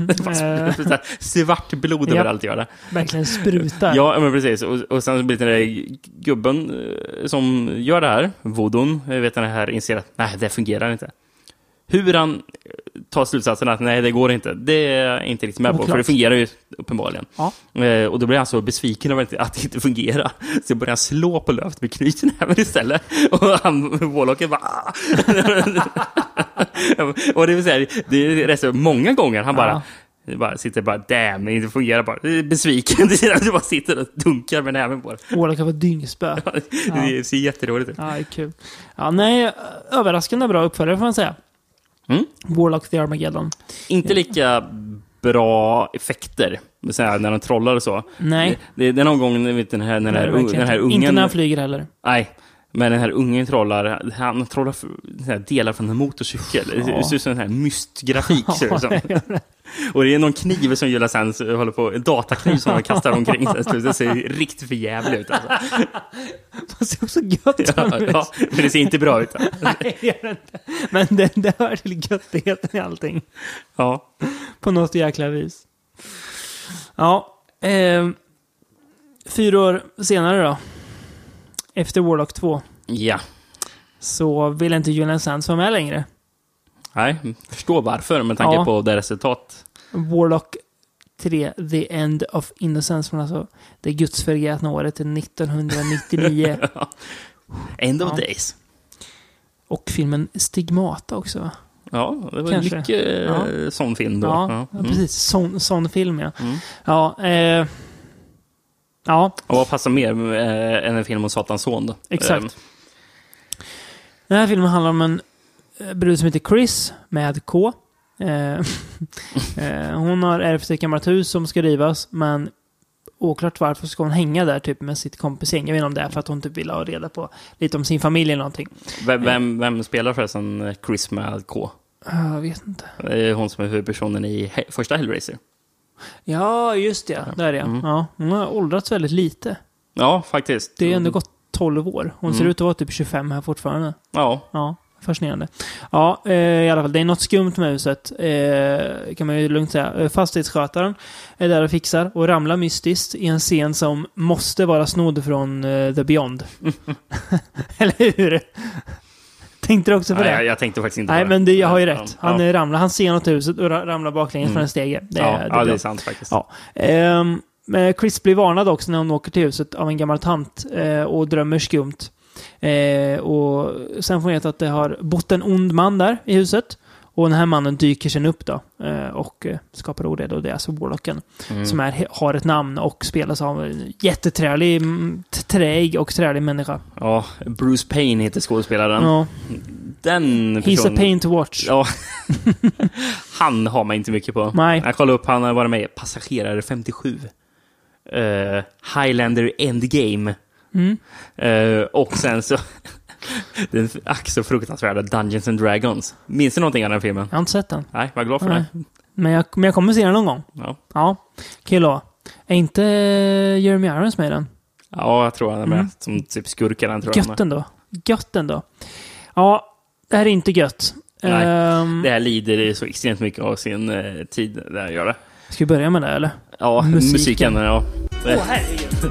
Svart blod överallt gör det. Verkligen sprutar. Ja, men precis. Och sen så blir det den där gubben som gör det här, voodoo, vet den här, inser att nej, det fungerar inte. Hur han tar slutsatsen att nej, det går inte. Det är inte riktigt med på, för det fungerar ju uppenbarligen. Ja. Och då blir han så besviken över att det inte fungerar. Så börjar han slå på lövet med knytnäven istället. Och Warlocken bara och det vill säga, det är rätt många gånger han bara sitter bara, damn, det inte fungerar bara. Det är besviken. Det bara sitter och dunkar med näven på det. Warlock var dyngspö. Det ser jätteroligt ut. Ja, det är kul. Ja, nej, överraskande bra uppföljare får man säga. Warlock the Armageddon. Inte lika bra effekter när de trollar och så. Nej. Det är någon gång vet, den här ungen... Inte när han flyger heller. Nej. Men den här ungen trollar, han trollar delar från en motorcykel. Det ser ut som en här mystgrafik. Och det är någon kniv som Julia Sands håller på, en datakniv som han kastar omkring. Det ser riktigt för jävligt ut. Alltså. Det ser också gött ut. Ja, men det ser inte bra ut. Nej, det gör det inte. Men det hör till göttigheten i allting. Ja. På något jäkla vis. Ja. 4 år senare då. Efter Warlock 2. Ja. Så vill inte Julian Sands vara med längre. Nej, förstår varför med tanke på det resultat. Warlock 3, The End of Innocence, från alltså det gudsförgätna året till 1999. End of Days. Och filmen Stigmata också, va? Ja, det var kanske mycket sån film då. Ja, precis. Sån film, ja. Ja. Och vad passar mer än en film om Satans son då? Exakt. Den här filmen handlar om en brud som heter Chris med K. Hon har ärvt ett gammalt hus som ska rivas, men oklart varför ska hon hänga där typ med sitt kompisgäng. Jag vet inte om det är för att hon typ vill ha reda på lite om sin familj eller någonting. Vem spelar förresten Chris med K? Jag vet inte. Det är hon som är huvudpersonen i första Hellraiser. Ja, just det. Där är jag. Ja, hon har åldrats väldigt lite. Ja, faktiskt. Det är ändå gått 12 år. Hon ser ut att vara typ 25 här fortfarande. Ja, fascinerande. Ja, i alla fall. Det är något skumt med huset. Kan man ju lugnt säga. Fastighetsskötaren är där och fixar och ramlar mystiskt i en scen som måste vara snodd från The Beyond. Eller hur? Tänkte du också på det? Jag tänkte faktiskt inte på det. Nej, men jag har ju rätt. Han ramlar. Han ser något i huset och ramlar baklänges från en stege. Det är sant faktiskt. Ja. Chris blir varnad också när hon åker till huset av en gammal tant och drömmer skumt. Och sen får hon veta att det har bott en ond man där i huset. Och den här mannen dyker sen upp då och skapar oreda. Och det är alltså Warlocken som har ett namn och spelas av en jätteträlig, träig och trälig människa. Ja, Bruce Payne heter skådespelaren. Ja. Den personen... He's a pain to watch. Ja. Han har man inte mycket på. Nej. Jag kollar upp, han har varit med i Passagerare 57. Highlander Endgame. Och sen så den så fruktansvärda Dungeons and Dragons. Minns du någonting av den filmen? Jag har inte sett den. Nej, var glad för det. Men jag kommer se den någon gång. Ja. Kul då. Är inte Jeremy Irons med i den? Ja, jag tror han är med. Som typ skurkaren, tror jag. Gött ändå. Ja, det här är inte gött. Nej, det här lider så extremt mycket av sin tid där gör det. Ska vi börja med det, eller? Ja, musiken ja. Herregud.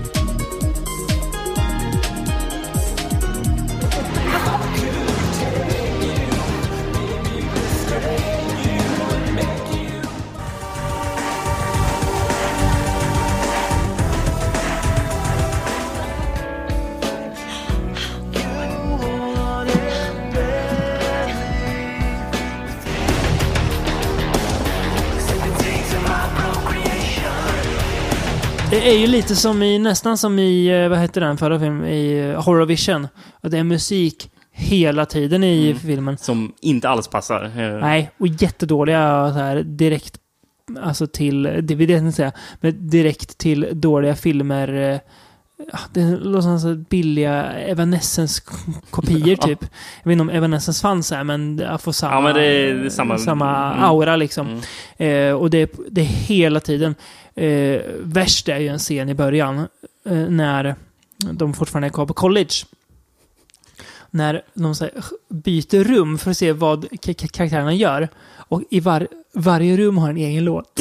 Det är ju lite som nästan som i, vad heter den förra filmen, i Horror Vision. Och det är musik hela tiden i filmen. Som inte alls passar. Nej, och jättedåliga så här, direkt, alltså till, det vill jag inte säga, men direkt till dåliga filmer. Det låter som billiga Evanescence-kopior typ. Jag vet inte om Evanescence fanns här, men jag får samma, men det är samma aura liksom. Och det är hela tiden. Värst är ju en scen i början när de fortfarande är kvar på college. När de så här, byter rum för att se vad karaktärerna gör. Och i varje rum har en egen låt.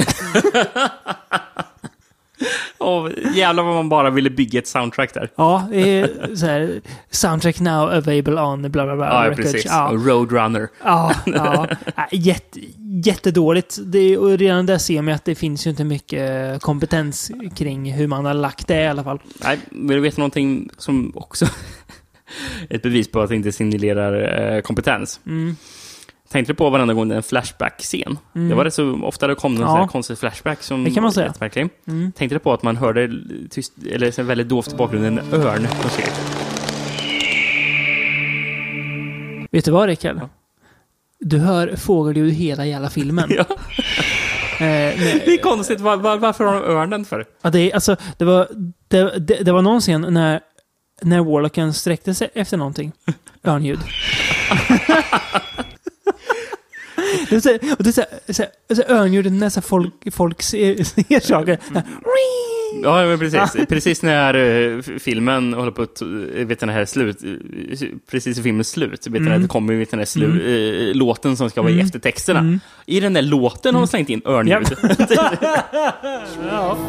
Jävlar vad man bara ville bygga ett soundtrack där. Ja, det är så här, soundtrack now available on bla bla bla. Ja, precis. Ja. Roadrunner. Ja. Jättedåligt. Och redan där ser man att det finns ju inte mycket kompetens kring hur man har lagt det i alla fall. Nej, men du vet någonting som också ett bevis på att det inte signalerar kompetens. Tänkte du på varenda gång en flashback-scen? Det var det så ofta det kom en sån här konstig flashback som det kan man säga. Tänkte du på att man hörde tyst, eller väldigt dovt i bakgrunden en örn? Vet du vad, Rickard? Ja. Du hör fågelljud hela jävla filmen. Ja. Det är konstigt. Varför har de örnen för? Ja, det var någon scen när Warlocken sträckte sig efter någonting. Örnljud. Det är så örnljud när folk ser saker. Ja, men precis. Precis när filmen håller på att, vet den här slut, precis i filmens slut, vet den här, det kommer vet den här låten som ska vara i eftertexterna. I den där låten har de slängt in örnljud. Ja.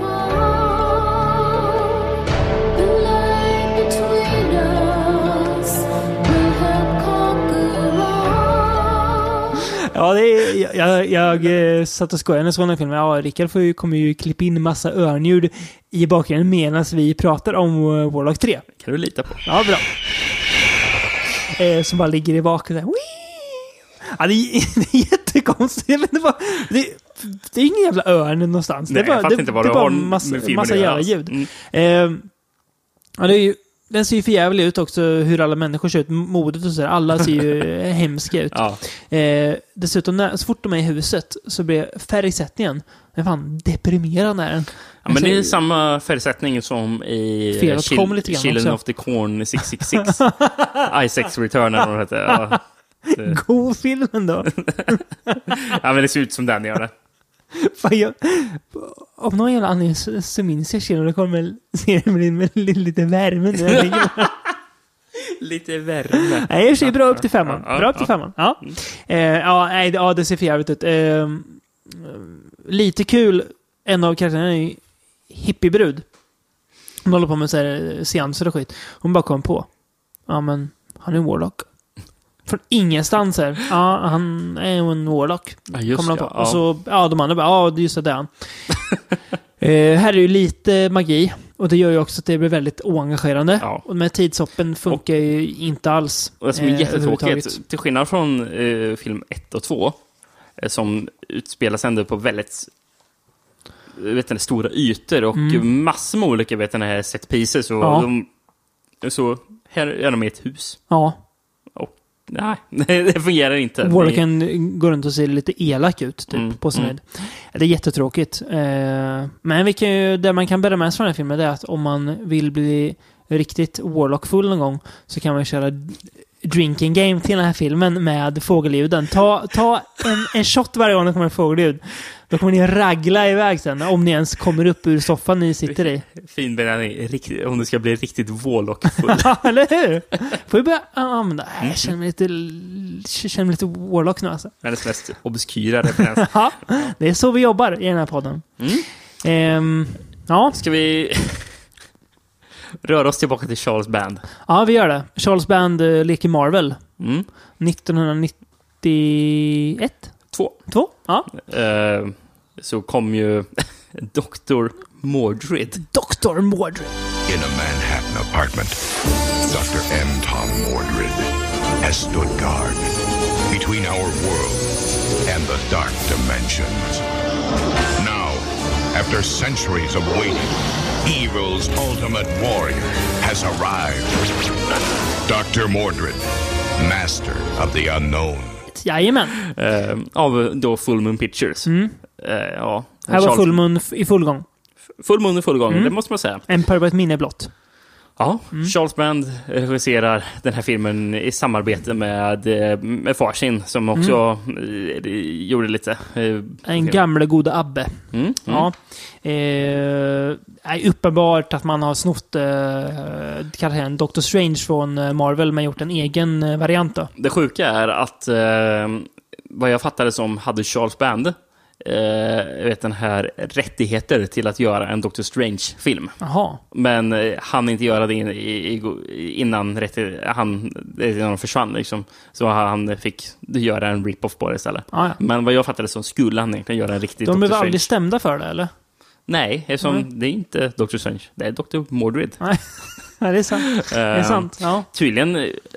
Ja, jag satt och skojade när sådana filmer. Ja, Rickard kommer ju klippa in massa örnljud i bakgrunden medan vi pratar om Warlock 3. Kan du lita på? Ja, bra. Som bara ligger i bakgrunden. Ja, det är jättekonstigt. Det är ingen jävla örn någonstans. Nej, det är bara massa jävla ljud. Ja, det är ju. Den ser ju för jävligt ut också, hur alla människor ser ut, modet och sådär. Alla ser ju hemska ut. Ja. Dessutom, så fort de är i huset så blir färgsättningen deprimerande. Ja, men det är samma färgsättning som i Children of the Corn 666. Isaacs Return eller vad det heter. Ja. God film ändå. Ja, men det ser ut som den gör det. Om någon jävla anledning så minns jag Children of the Corn med lite värme. Lite värme. Nej, jag ser bra upp till 5. Bra upp till 5. Ja, det ser för jävligt ut. Lite kul. En av karaktärerna är hippiebrud. Hon håller på med så här seanser och skit. Hon bara kom på. Ja, men han är en warlock. Från ingenstans här. Ja, han är en warlock. Ja, just det. Och så, de andra bara, just det. Här är ju lite magi. Och det gör ju också att det blir väldigt oengagerande. Ja. Och med tidshoppen funkar ju inte alls. Och det som är jättetråkigt, till skillnad från film 1 och 2, som utspelas ändå på väldigt stora ytor och massor med olika set pieces. Så här är de i ett hus. Ja. Nej, det fungerar inte. Warlocken går runt och ser lite elak ut typ, på sin höjd. Det är jättetråkigt. Men det man kan bära med sig från den här filmen är att om man vill bli riktigt Warlock-full någon gång så kan man köra drinking game till den här filmen med fågelljuden. Ta en shot varje gång det kommer en fågelljud. Då kommer ni ragla iväg sen, om ni ens kommer upp ur soffan ni sitter i. Fin benämning, om du ska bli riktigt Warlock-full. Ja, eller hur? Får vi börja använda... Jag känner mig lite Warlock nu alltså. Hennes mest obskyra referens. Ja, det är så vi jobbar i den här podden. Ja. Ska vi röra oss tillbaka till Charles Band? Ja, vi gör det. Charles Band leker Marvel. 1991? Två? Ja. Så kom ju Dr. Mordrid. Dr. Mordrid. In a Manhattan apartment, Dr. M. Tom Mordrid has stood guard between our world and the dark dimensions. Now, after centuries of waiting, evil's ultimate warrior has arrived. Dr. Mordrid, master of the unknown. Jajamän. Av då Full Moon Pictures. Ja. Här var Full Moon i full gång. Full Moon i full gång, det måste man säga. Empire var ett minne blott. Ja, Charles Band regisserar den här filmen i samarbete med farsin som också gjorde lite... en gamla goda Abbe. Ja. Är uppenbart att man har snott karaktären Doctor Strange från Marvel men gjort en egen variant då. Det sjuka är att vad jag fattade som hade Charles Band den här rättigheter till att göra en Doctor Strange-film. Jaha. Men han inte göra det innan han försvann liksom. Så han fick göra en rip-off på det istället. Ja. Men vad jag fattade så skulle han egentligen göra en riktig Doctor Strange. De är väl aldrig stämda för det, eller? Nej, eftersom det är inte Doctor Strange. Det är Dr. Mordrid. Nej, det är sant. Det är sant, ja. Tydligen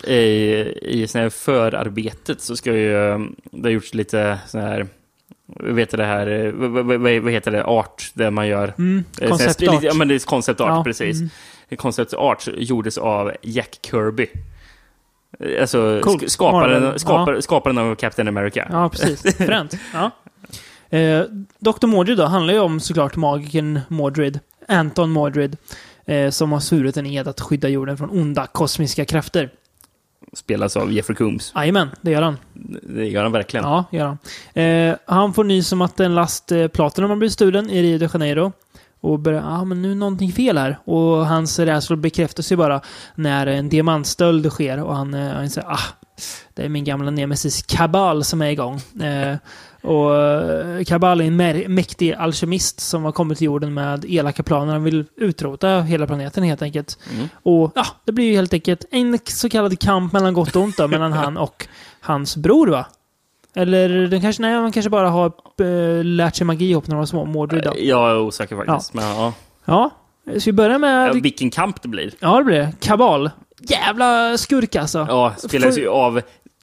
i sån här förarbetet så ska ju det har gjorts lite sån här vad heter det? Art där man gör konceptart. Ja, men det är konceptart, precis. Concept art gjordes av Jack Kirby. Alltså skaparen av Captain America. Ja, precis. Fränt. Ja. Dr. Mordrid då handlar ju om såklart magikern Mordrid, Anton Mordrid, som har svurit en ed att skydda jorden från onda kosmiska krafter. Spelas av Jeffrey Combs. Jajamän, det gör han. Det gör han verkligen. Ja, gör han. Han får nys om att en last platinum har blivit stulen i Rio de Janeiro. Och börjar, men nu är någonting fel här. Och hans rädsla bekräftas ju bara när en diamantstöld sker. Och han säger, det är min gamla nemesis Kabal som är igång. Och Kabal är en mäktig alkemist som har kommit till jorden med elaka planer. Han vill utrota hela planeten helt enkelt. Och det blir ju helt enkelt en så kallad kamp mellan gott och ont då, mellan han och hans bror, va? Eller man kanske bara har lärt sig magi ihop när de var små. Mordrid då. Jag är osäker faktiskt. Ja. Ska vi börja med... vilken kamp det blir. Ja, det blir det. Kabal. Jävla skurk alltså. Ja, spelas ju av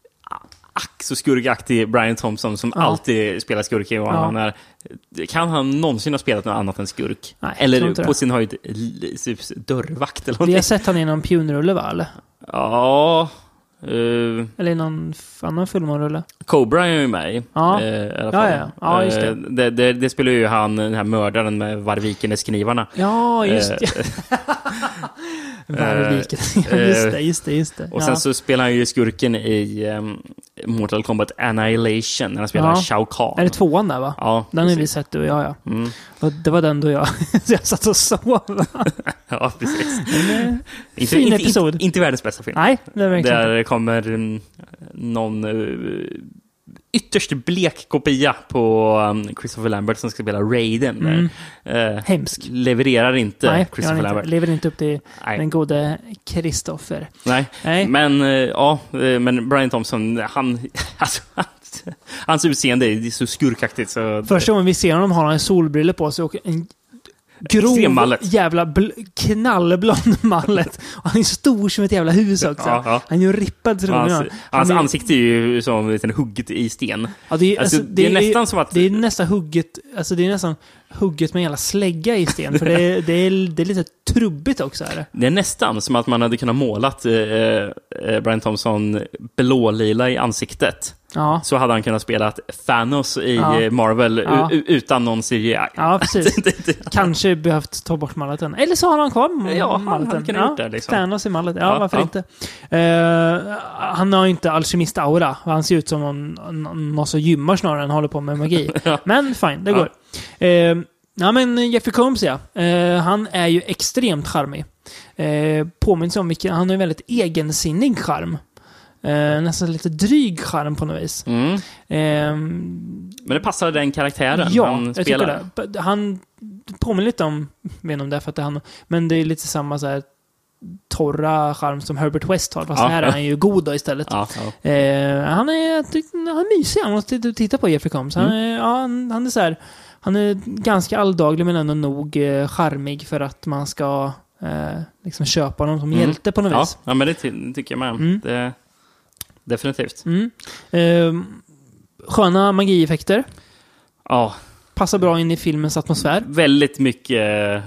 så skurkaktig Brian Thompson som alltid spelar skurk i vad han är. Kan han någonsin ha spelat något annat än skurk? Nej, eller på sin höjd dörrvakt eller någonting. Vi har sett han i någon pionrulle, va? Eller? Ja. Eller i någon annan filmrulle. Cobra är ju med i alla fall. Ja, just det. Det spelar ju han, den här mördaren med Varvikene-skrivarna. Ja, just det. Just det. Och sen så spelar han ju skurken i Mortal Kombat Annihilation när han spelar Shao Kahn. Är det 2:an där, va? Ja. Den har vi sett, du och jag, Och det var den då jag satt och sov. Ja, precis. Fin episod. Inte världens bästa film. Nej, det är verkligen där inte. Kommer någon ytterst blek kopia på Christopher Lambert som ska spela Raiden. Hemsk. Levererar inte Christopher Lambert. Lever inte upp till den gode Christopher. Nej. Men Brian Thompson, hans utseende är så skurkaktigt. Så första gången vi ser honom har han en solbrille på sig och en grov jävla knallblond mallet. Och han är stor som ett jävla hus också. Han är ju rippad till hans ansikte är ju som hugget i sten. Ja, det är nästan som att... Det är nästan hugget... Alltså det är nästan hugget med en jävla slägga i sten. För det är lite trubbigt också. Här. Det är nästan som att man hade kunnat målat Brian Thompson blålila i ansiktet. Ja. Så hade han kunnat spela Thanos i Marvel utan någon CGI. Ja, precis. Kanske behövt ta bort malleten. Eller så har han kvar malleten. Han hade kunnat gjort det. Liksom. Thanos i mallet. Ja, varför inte? Han har inte alkemist-aura. Han ser ut som någon som gymmar snarare än håller på med magi. Men fine, det går. Men Jeffrey Combs, han är ju extremt charmig. Påminns om vilken, han har en väldigt egensinnig charm. Nästan lite dryg charm på något vis. Men det passar den karaktären han jag spelar. Tycker det. Han påminner lite om, vet inte om det är för att det är han, men det är lite samma så här torra charm som Herbert West har. Fast här är han ju god då istället. Han är mysig. Han måste titta på Jeffrey Combs. Han är så här, han är ganska alldaglig men ändå nog charmig för att man ska liksom köpa honom som hjälte på något vis. Ja, men det tycker jag med. Det, definitivt. Sköna magieffekter. Ja. Passar bra in i filmens atmosfär. Väldigt mycket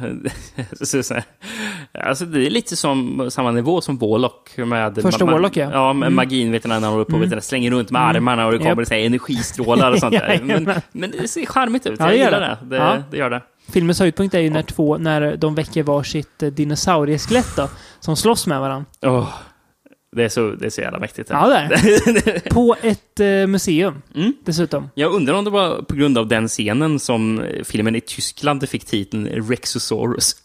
alltså det är lite som samma nivå som Warlock med första Warlock, ja, med magin vet när han håller på vet slänger runt med armarna och det kommer så här energistrålar och sånt där. men det ser charmigt ut. Jag gillar det. Det gör det. Filmens höjdpunkt är ju när de väcker varsitt dinosaurieskelett då, som slåss med varandra. Det är så jävla mäktigt. Ja, det är. På ett museum, dessutom. Jag undrar om det var på grund av den scenen som filmen i Tyskland fick titeln Rexosaurus.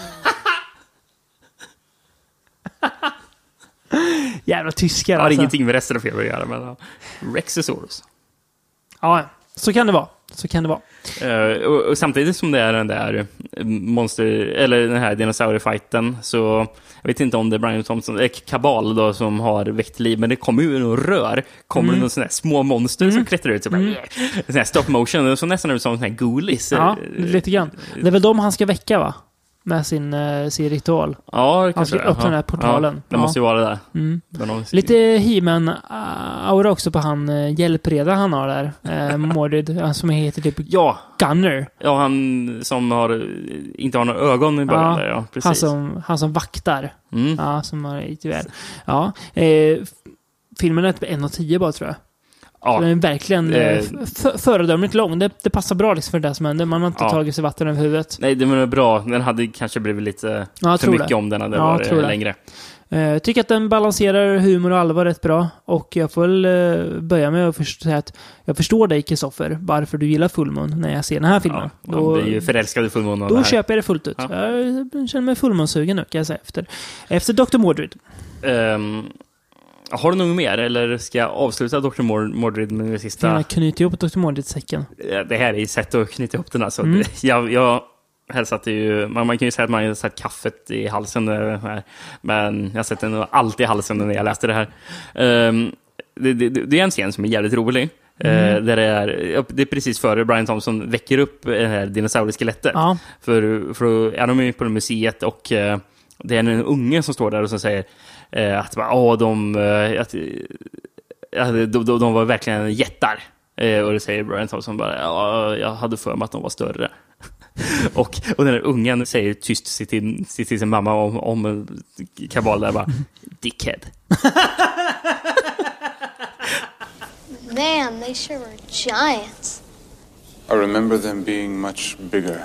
Jävla tyskar. Har ingenting med resten av filmen att göra, men Rexosaurus. Ja, så kan det vara. Och samtidigt som det är den där monster, eller den här dinosauriefighten, så jag vet inte om det är Brian Thompson Kabal då som har väckt liv, men det kommer ju en rör, det någon sån här små monster som klättrar ut så bara, sån här stop motion, så nästan ut som sån här ghoulies. Ja, lite grann. Det är väl de han ska väcka, va? Med sin ritual. Ja, han ska öppna den här portalen. Det måste ju vara det. Lite He-Man-aura också på han hjälpreda han har där. Mordred, han som heter typ Gunner. Ja, han som inte har några ögon i början. Där, ja, precis. Han som vaktar. Ja, som har lite väl. Ja. Filmen är 1:10 bara, tror jag. Ja. Så den är verkligen föredömligt lång. Det passar bra liksom för det som händer. Man har inte tagit sig vatten över huvudet. Nej, det var bra. Den hade kanske blivit lite för mycket om den hade varit längre. Jag tycker att den balanserar humor och allvar rätt bra. Och jag får väl börja med att säga att jag förstår dig, Kristoffer, varför du gillar Full Moon när jag ser den här filmen. Man blir ju förälskad i Full Moon. Då köper jag det fullt ut. Ja. Jag känner mig Full Moon-sugen nu, kan jag säga, efter Dr. Mordred. Har du något mer, eller ska jag avsluta Dr. Mordred med det sista? Jag knyter ihop Dr. Mordred-säcken. Det här är ju sätt att knyta ihop den. Alltså. Jag hälsat ju, man kan ju säga att man har satt kaffet i halsen här, men jag sätter den alltid i halsen när jag läste det här. Det är en scen som är jävligt rolig. Där det är precis före Brian Thompson väcker upp det här dinosaurieskelettet. Ja. För är de ju på museet och det är en unge som står där och som säger att de var verkligen jättar. Och det säger Brian Thompson bara, jag hade för mig att de var större. och den där ungen säger tyst till sin mamma om Kabal där bara, dickhead. Man, they sure were giants. I remember them being much bigger.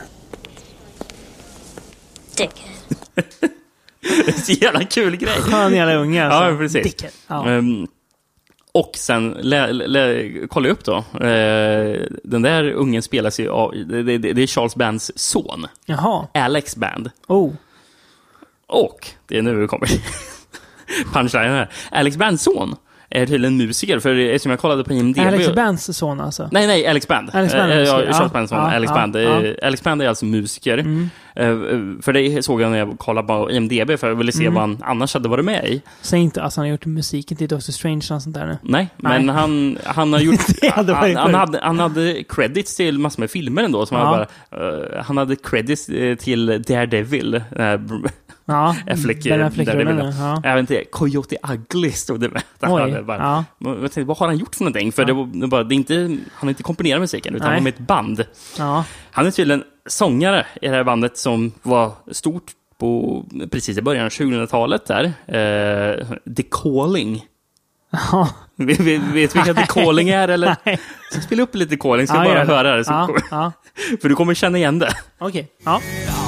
Dickhead. Det är så jävla kul grej. Han jävla unge alltså. Ja, precis. Och sen kolla upp då. Den där ungen spelas ju av, det är Charles Bands son. Jaha. Alex Band. Och det är nu vi kommer punchline här. Alex Bands son är tydligen musiker, för som jag kollade på IMDb. Alex Bands son alltså? Nej, Alex Band. Charles Bands son. Alex Band. Alex Band är alltså musiker. För det såg jag när jag kollade på IMDb, för jag ville se vad han annars hade varit med i. Säg inte att han har gjort musiken till Doctor Strange och sånt där nu. Nej, men han har gjort han hade credits till massor med filmer ändå som han hade credits till Daredevil. Ja, Affleck, Ben Affleck där det väl, ja. Även till Coyote Ugly stod det med. Jag tänkte, vad har han gjort för någonting? För det är inte, han har inte komponerat musiken, utan han var med ett band. Ja. Han är tydligen sångare i det här bandet som var stort på precis i början av 2000-talet där. The Calling. Ja. Vet vilka The Calling är, eller? Nej. Så spela upp lite Calling, ska bara höra det. För du kommer känna igen det. Okej, ja.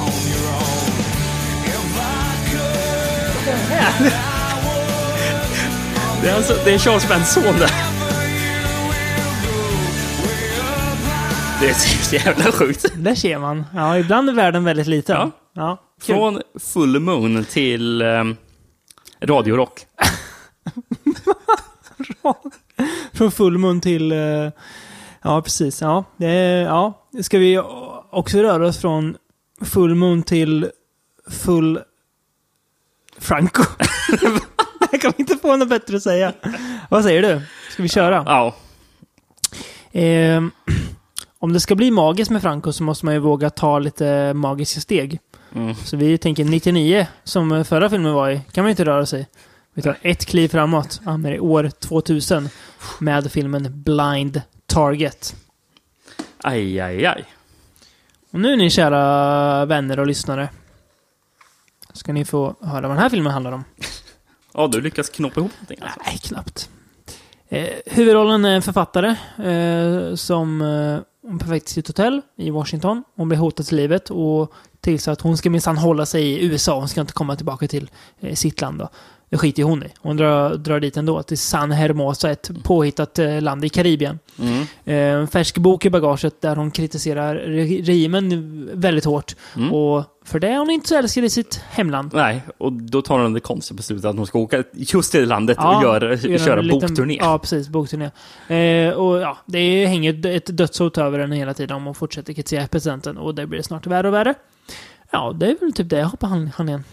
Det är Charles Bands son där. Det är så jävla sjukt. Där ser man. Ja, ibland är världen väldigt liten. Ja. Från Full Moon till radiorock. Från Full Moon till... ja, precis. Ja. Ska vi också röra oss från Full Moon till Full Franco? Jag kan inte få något bättre att säga. Vad säger du? Ska vi köra? Ja. Om det ska bli magiskt med Franco så måste man ju våga ta lite magiska steg. Så vi tänker 99, som förra filmen var i, kan man inte röra sig. Vi tar ett kliv framåt. Med år 2000 med filmen Blind Target. Aj. Och nu ni kära vänner och lyssnare, ska ni få höra vad den här filmen handlar om. Ja, du lyckas knoppa ihop någonting. Alltså. Nej, knappt. Huvudrollen är en författare som perfekt sitt hotell i Washington. Hon blir hotad till livet och tills att hon ska minsann hålla sig i USA. Hon ska inte komma tillbaka till sitt land då. Det skiter hon i. Hon drar dit ändå till San Hermosa, ett påhittat land i Karibien. En färsk bok i bagaget där hon kritiserar regimen väldigt hårt. Och för det är hon inte så älskad i sitt hemland. Nej, och då tar hon det konstiga beslutet att hon ska åka just till landet och köra bokturné. Ja, precis, bokturné. Och ja, det hänger ett dödshot över den hela tiden om hon fortsätter kritisera presidenten, och det blir snart värre och värre. Ja, det är väl typ det jag hoppar han igen.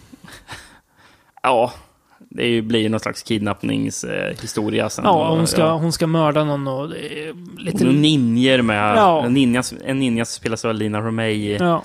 Ja, det blir någon slags kidnappningshistoria sen. Ja, hon ska mörda någon och det är lite... ninjer med... Ja. En ninja som spelas av Lina Romay. Ja.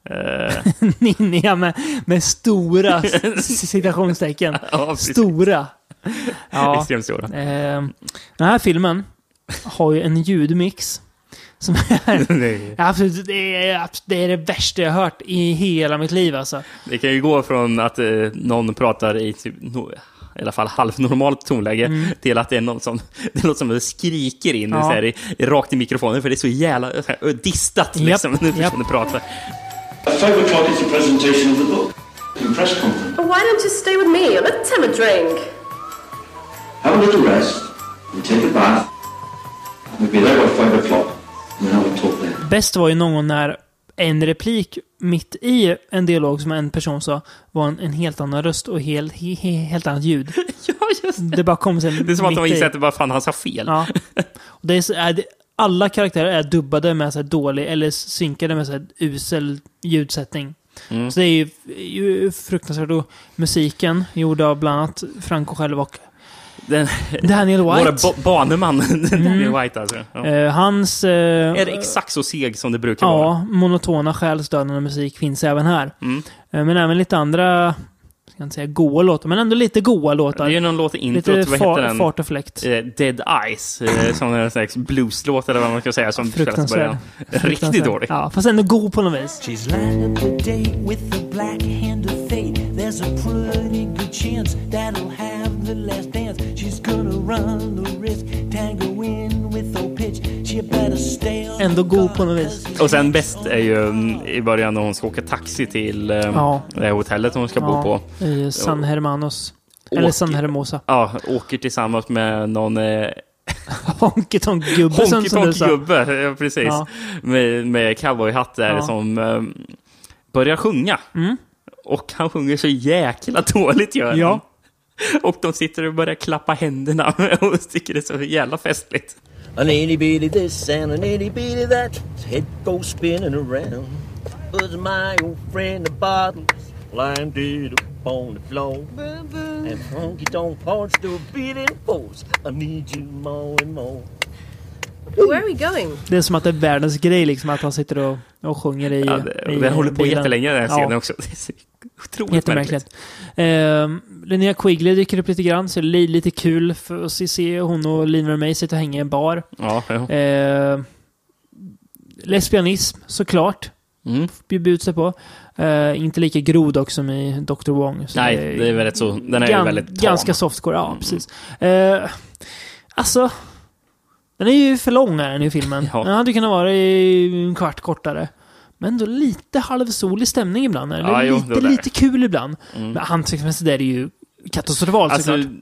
Ninja med stora citationstecken. Ja, stora. Ja. Extremt stora. Den här filmen har ju en ljudmix som är absolut, det är det värsta jag har hört i hela mitt liv alltså. Det kan ju gå från att någon pratar i typ i alla fall halvnormalt tonläge till att det är något som skriker in så här, rakt i mikrofonen, för det är så jävla distat liksom när du pratar. At 5 o'clock is the presentation of the book. The press conference. Well, why don't you stay with me? Let's have a drink. Have a little rest and take a bath. We'll be there by 5 o'clock. We'll have a talk there. Bäst var ju någon när en replik mitt i en dialog som en person sa var en helt annan röst och helt annat ljud. Ja, just det. Det bara kom sen. Det är som att de insett att bara fan han sa fel. Ja. Och det är alla karaktärer är dubbade med så här dålig eller synkade med så här usel ljudsättning. Så det är ju fruktansvärt. Och musiken gjord av bland annat Franco själv och Daniel White. Våra baneman Daniel White alltså. Ja. Hans är det exakt så seg som det brukar vara. Ja, monotona själsdödande musik finns även här. Men även lite andra, jag kan inte säga goa låtar, men ändå lite goa låtar. Det är ju någon låt i introt, lite vad heter den? Fart och fläkt. Dead Eyes, som en slags blueslåt eller vad man ska säga, som spelas i början. Riktigt dålig. Ja, fast ändå god på något vis. She's lined up a date with the black hand of fate. There's a pretty good chance that'll have the last dance. She's gonna run the risk, tango in with no pitch. She better stay on. Ändå god på något vis. Och sen bäst är ju i början när hon ska åka taxi till det hotellet hon ska bo på. I San Hermanos. Eller San Hermosa. Ja, åker tillsammans med någon honky-tonk-gubbe som du sa. Ja, precis. Ja. Med cowboyhatt där som börjar sjunga. Och han sjunger så jäkla dåligt gör han. Ja. Och de sitter och börjar klappa händerna och tycker det är så jävla festligt. An itty bitty this and an itty bitty that, his head goes spinning around. Was my old friend the bottles lying dead upon the floor. And funky tonk parts to a beating force. I need you more and more. Where are we going? Det är som att det är världens grej liksom, att han sitter och sjunger i den håller på jättelänge den här scenen också. Jättemärkligt. Linnea Quigley dyker upp lite grann, så det är lite kul för att se hon och Lina May sitta och hänga i en bar. Ja. Lesbianism, såklart. Bjuder ut sig på. Inte lika grod också som i Dr. Wong. Nej, det är väldigt så. Den är ju väldigt tam. Ganska softcore, ja, precis. Alltså, den är ju för lång här i filmen. Ja. Den hade kunnat vara i en kvart kortare. Men då lite halvsolig stämning ibland. Eller lite kul ibland. Men handsäcksmässigt är det ju katastrofalt, alltså, såklart.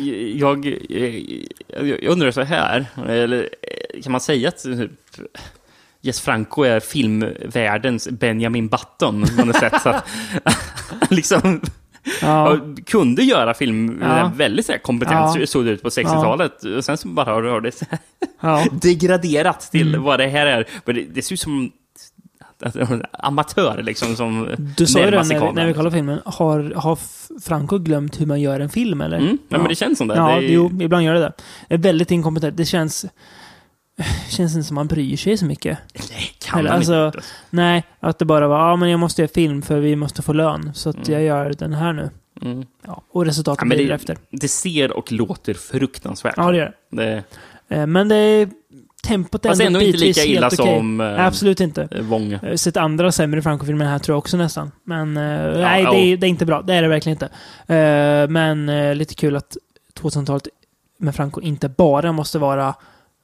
Jag undrar så här. Eller kan man säga att typ, Jess Franco är filmvärldens Benjamin Button på något sätt, så att liksom kunde göra film väldigt så här, kompetent såg det ut på 60-talet och sen så bara har det så här, degraderat till vad det här är. Men det ser ut som amatör liksom, som du sa ju det när vi kollar filmen. Har Franco glömt hur man gör en film, eller? Nej, men det känns som det. Ja, jo, ibland gör det. Det är väldigt inkompetent. Det känns inte som man bryr sig så mycket. Nej, kan man inte. Nej, att det bara var men jag måste göra film för vi måste få lön. Så att jag gör den här nu. Ja, och resultatet blir efter. Det ser och låter fruktansvärt. Ja, det gör det. Men det är tempot är ändå inte lika illa som absolut inte. Wong. Sett andra sämre Franco-filmer här tror jag också nästan. Men nej, det är inte bra. Det är det verkligen inte. Men lite kul att 2000-talet med Franco inte bara måste vara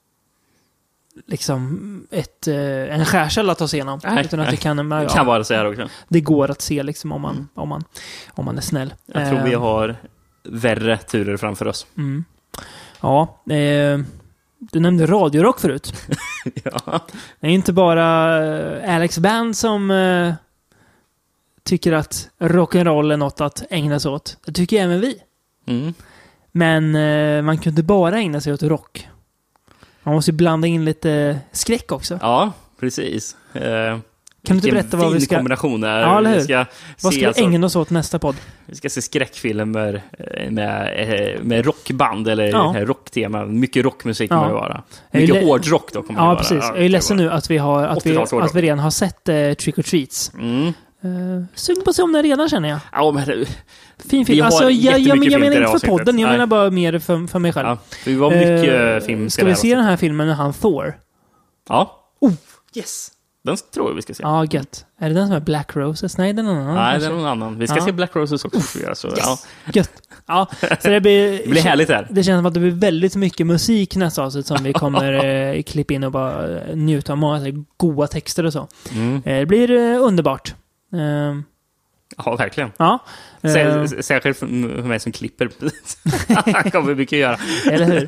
liksom en skärsäll att ta sig igenom. Utan att det kan vara så här också. Det går att se liksom om man är snäll. Jag tror vi har värre turer framför oss. Ja, du nämnde radiorock förut. Ja. Det är inte bara Alex Band som tycker att rock'n'roll är något att ägna sig åt. Det tycker även vi. Men man kunde bara ägna sig åt rock. Man måste ju blanda in lite skräck också. Ja, precis. Kan du inte berätta vad vi ska... kombination är. Ja, eller hur? Vi ska vad ska vi ägna oss åt nästa podd? Vi ska se skräckfilmer med rockband eller rocktema. Mycket rockmusik kommer det vara. Mycket hårdrock då kommer det vara. Ja, precis. Jag är ledsen nu att vi redan har sett Trick or Treats. Sugen på att se om den redan, känner jag. Ja, men fin film. Alltså, jag menar inte för podden. Jag menar bara mer för mig själv. Ja, för vi var mycket film. Ska vi se den här filmen med han Thor? Ja. Yes. Den tror jag vi ska se. Ja, gött. Är det den som är Black Roses? Nej, den är någon annan. Nej, det är någon annan. Vi ska se Black Roses också. Så, yes. Gött. Ja, så det blir härligt här. Det känns som att det blir väldigt mycket musik nästa avsnitt som vi kommer klippa in och bara njuta av många goda texter och så. Det blir underbart. Ja, verkligen. Ja. Särskilt för mig som klipper. Det kommer vi mycket göra. Eller hur?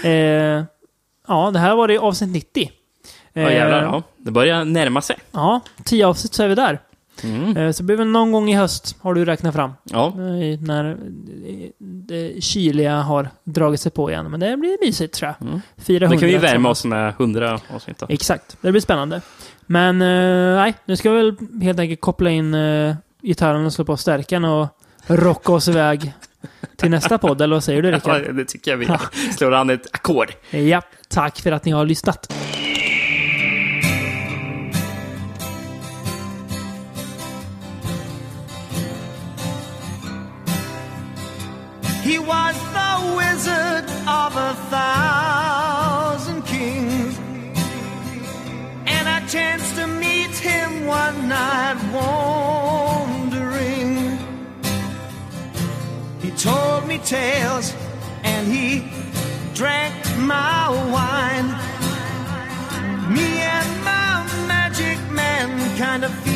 Ja, det här var det avsnitt 90. Ja, jävlar, ja. Det börjar närma sig. Ja, 10 avsnitt så är vi där. Så blir det någon gång i höst, har du räknat fram. Ja. När det kyliga har dragit sig på igen. Men det blir mysigt, tror jag. 400. Då kan vi värma oss med 100 avsnitt. Exakt, det blir spännande. Men nej, nu ska vi väl helt enkelt koppla in gitarren och slå på stärkan och rocka oss iväg till nästa podd. Eller vad säger du, Rickard? Ja, det tycker jag vi slår an ett ackord. Ja, tack för att ni har lyssnat. He was the wizard of 1,000 kings, and I chanced to meet him one night wandering. He told me tales and he drank my wine. Me and my magic man kind of feel